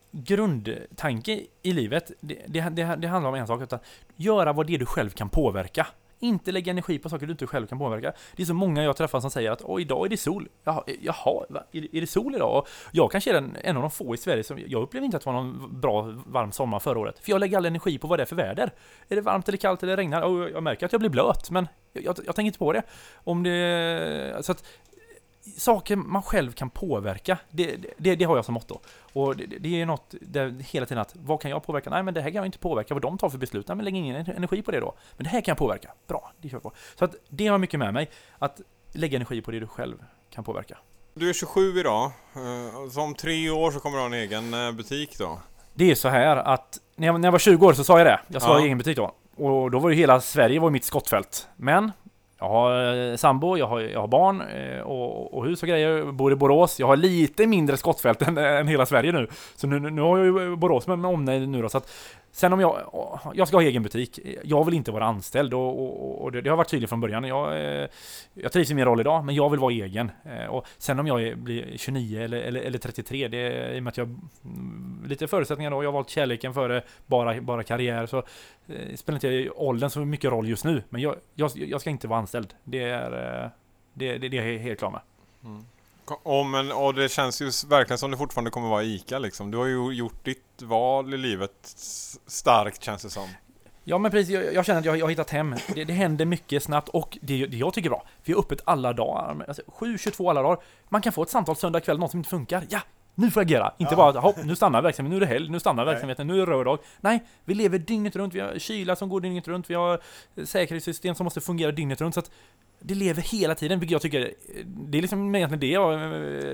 grundtanke i livet, det, det, det, det handlar om en sak, att göra vad det är du själv kan påverka. Inte lägga energi på saker du inte själv kan påverka. Det är så många jag träffar som säger att oj, idag är det sol. Jaha, jaha va? Är, är det sol idag? Och jag kanske är den, en av de få i Sverige som... Jag upplever inte att det var någon bra varm sommar förra året. För jag lägger all energi på vad det är för väder. Är det varmt eller kallt eller regnar? Och jag märker att jag blir blöt, men jag, jag, jag tänker inte på det. Om det... Så att saker man själv kan påverka, det, det, det har jag som motto. Och det, det är något där hela tiden att, vad kan jag påverka? Nej, men det här kan jag inte påverka, vad de tar för beslut. Nej, men lägg ingen energi på det då. Men det här kan jag påverka. Bra, det kör jag på. Så att det har mycket med mig, att lägga energi på det du själv kan påverka. Du är tjugosju idag. Så om tre år så kommer du ha en egen butik då? Det är så här att, när jag, när jag var tjugo år så sa jag det. Jag sa ja. egen butik då. Och då var ju hela Sverige var mitt skottfält. Men... Jag har sambo, jag har, jag har barn och, och hus och grejer, bor i Borås. Jag har lite mindre skottfält än, än hela Sverige nu. Så nu, nu har jag ju Borås med, med omnejd nu då. Så att sen om jag, jag ska ha egen butik, jag vill inte vara anställd och, och, och det, det har varit tydligt från början. Jag, jag trivs i min roll idag, men jag vill vara egen. Och sen om jag är, blir tjugonio eller, eller, eller trettiotre, det är i och med att jag lite förutsättningar då. Jag har valt kärleken före bara, bara karriär, så eh, spelar inte åldern så mycket roll just nu. Men jag, jag, jag ska inte vara anställd. Det är, det, det, det är jag helt klar med. Mm. Och, men, och det känns ju verkligen som det fortfarande kommer vara ICA liksom. Du har ju gjort ditt val i livet starkt, känns det som. Ja, men precis, jag, jag känner att jag, jag har hittat hem. Det, det händer mycket snabbt och det, det jag tycker är bra. Vi är öppet alla dagar, alltså sju tjugotvå alla dagar. Man kan få ett samtal söndag kväll, något som inte funkar. Ja, nu får jag agera. Inte ja. bara, hopp, nu stannar verksamheten, nu är det helg, nu stannar verksamheten, nu är det rördag. Nej, vi lever dygnet runt, vi har kyla som går dygnet runt, vi har säkerhetssystem som måste fungera dygnet runt, så att det lever hela tiden, vilket jag tycker, det är liksom egentligen det jag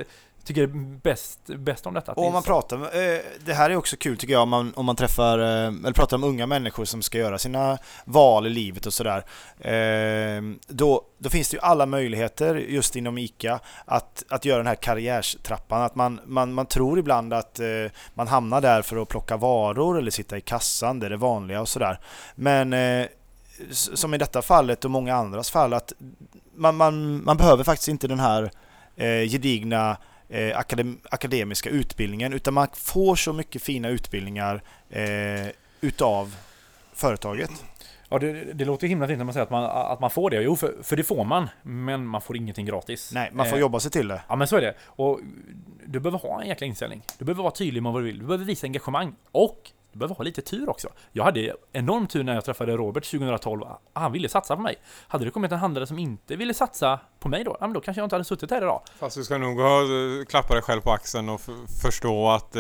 tycker är bäst, bäst om detta. Och om man pratar, eh, det här är också kul tycker jag om man, om man träffar, eh, eller pratar om unga människor som ska göra sina val i livet och sådär. Eh, då, då finns det ju alla möjligheter just inom ICA att, att göra den här karriärstrappan. Att man, man, man tror ibland att eh, man hamnar där för att plocka varor eller sitta i kassan, det är det vanliga och sådär. Men eh, som i detta fallet och många andras fall, att man, man, man behöver faktiskt inte den här eh, gedigna eh, akadem, akademiska utbildningen, utan man får så mycket fina utbildningar eh, utav företaget. Ja, det, det låter himla fint när man säger att man, att man får det. Jo, för, för det får man, men man får ingenting gratis. Nej, man får eh, jobba sig till det. Ja, men så är det. Och du behöver ha en jäkla inställning. Du behöver vara tydlig med vad du vill. Du behöver visa engagemang. Och du behöver ha lite tur också. Jag hade enorm tur när jag träffade Robert tjugohundratolv. Han ville satsa på mig. Hade det kommit en handlare som inte ville satsa på mig då, ja, men då kanske jag inte hade suttit här idag. Fast du ska nog ha, klappa dig själv på axeln och f- förstå att eh,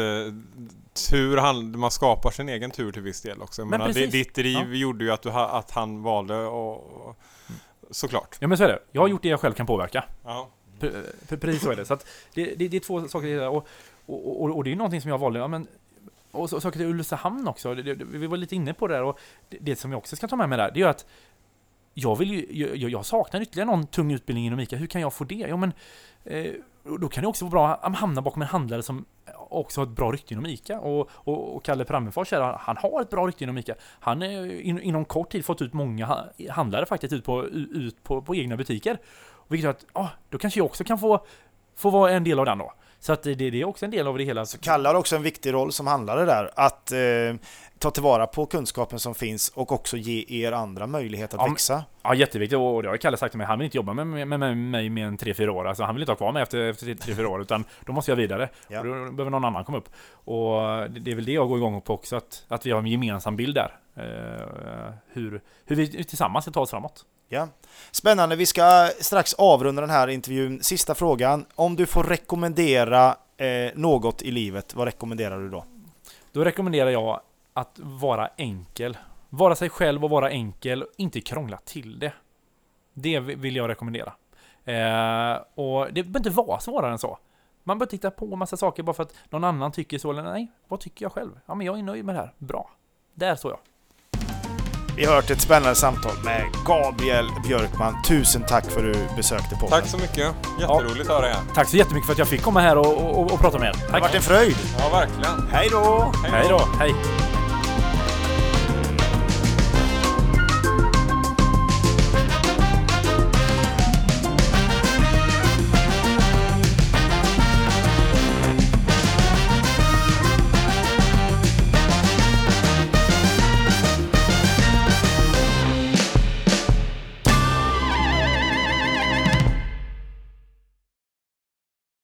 tur hand, man skapar sin egen tur till viss del också. Men menar, det, ditt driv ja. gjorde ju att, du ha, att han valde och, och såklart. Ja, men så är det. Jag har gjort det jag själv kan påverka. Ja. P- precis så är det. Så att det, det, det är två saker. Och, och, och, och det är någonting som jag valde. Ja, men och så saker till Ulricehamn också. Det, det, vi var lite inne på det där. Och det, det som jag också ska ta med mig där, det är att jag vill ju, jag, jag saknar ytterligare någon tung utbildning inom ICA. Hur kan jag få det? Ja, men eh, då kan det också vara bra att hamna bakom en handlare som också har ett bra rykte inom ICA. Och, och, och Kalle Prammenfors här, han har ett bra rykte inom ICA. Han har in, inom kort tid fått ut många handlare faktiskt ut på, ut på, på egna butiker. Och vilket gör att, ah, då kanske jag också kan få, få vara en del av den då. Så att det, det är också en del av det hela. Så Kalle har också en viktig roll som handlare där. Att eh, ta tillvara på kunskapen som finns och också ge er andra möjlighet att ja, växa. Ja, jätteviktigt. Och det har Kalle sagt till mig. Han vill inte jobba med, med, med, med mig mer än tre fyra år. Alltså, han vill inte ha kvar mig efter, efter tre fyra år. Utan då måste jag vidare. Ja. Och då behöver någon annan komma upp. Och det, det är väl det jag går igång på också. Att, att vi har en gemensam bild där. Eh, hur, hur vi tillsammans ska ta oss framåt. Ja. Spännande, vi ska strax avrunda den här intervjun. Sista frågan, om du får rekommendera eh, något i livet, vad rekommenderar du då? Då rekommenderar jag att vara enkel. Vara sig själv och vara enkel, inte krångla till det. Det vill jag rekommendera. Eh, och det behöver inte vara svårare än så. Man bör titta på en massa saker bara för att någon annan tycker så, eller nej, vad tycker jag själv? Ja, men jag är nöjd med det här. Bra. Där står jag. Vi har hört ett spännande samtal med Gabriel Björkman. Tusen tack för att du besökte podden. Tack så mycket. Jätteroligt att höra er. Tack så jättemycket för att jag fick komma här och, och, och prata med er. Tack. Det har varit en fröjd. Ja, verkligen. Hej då. Hej då. Hej.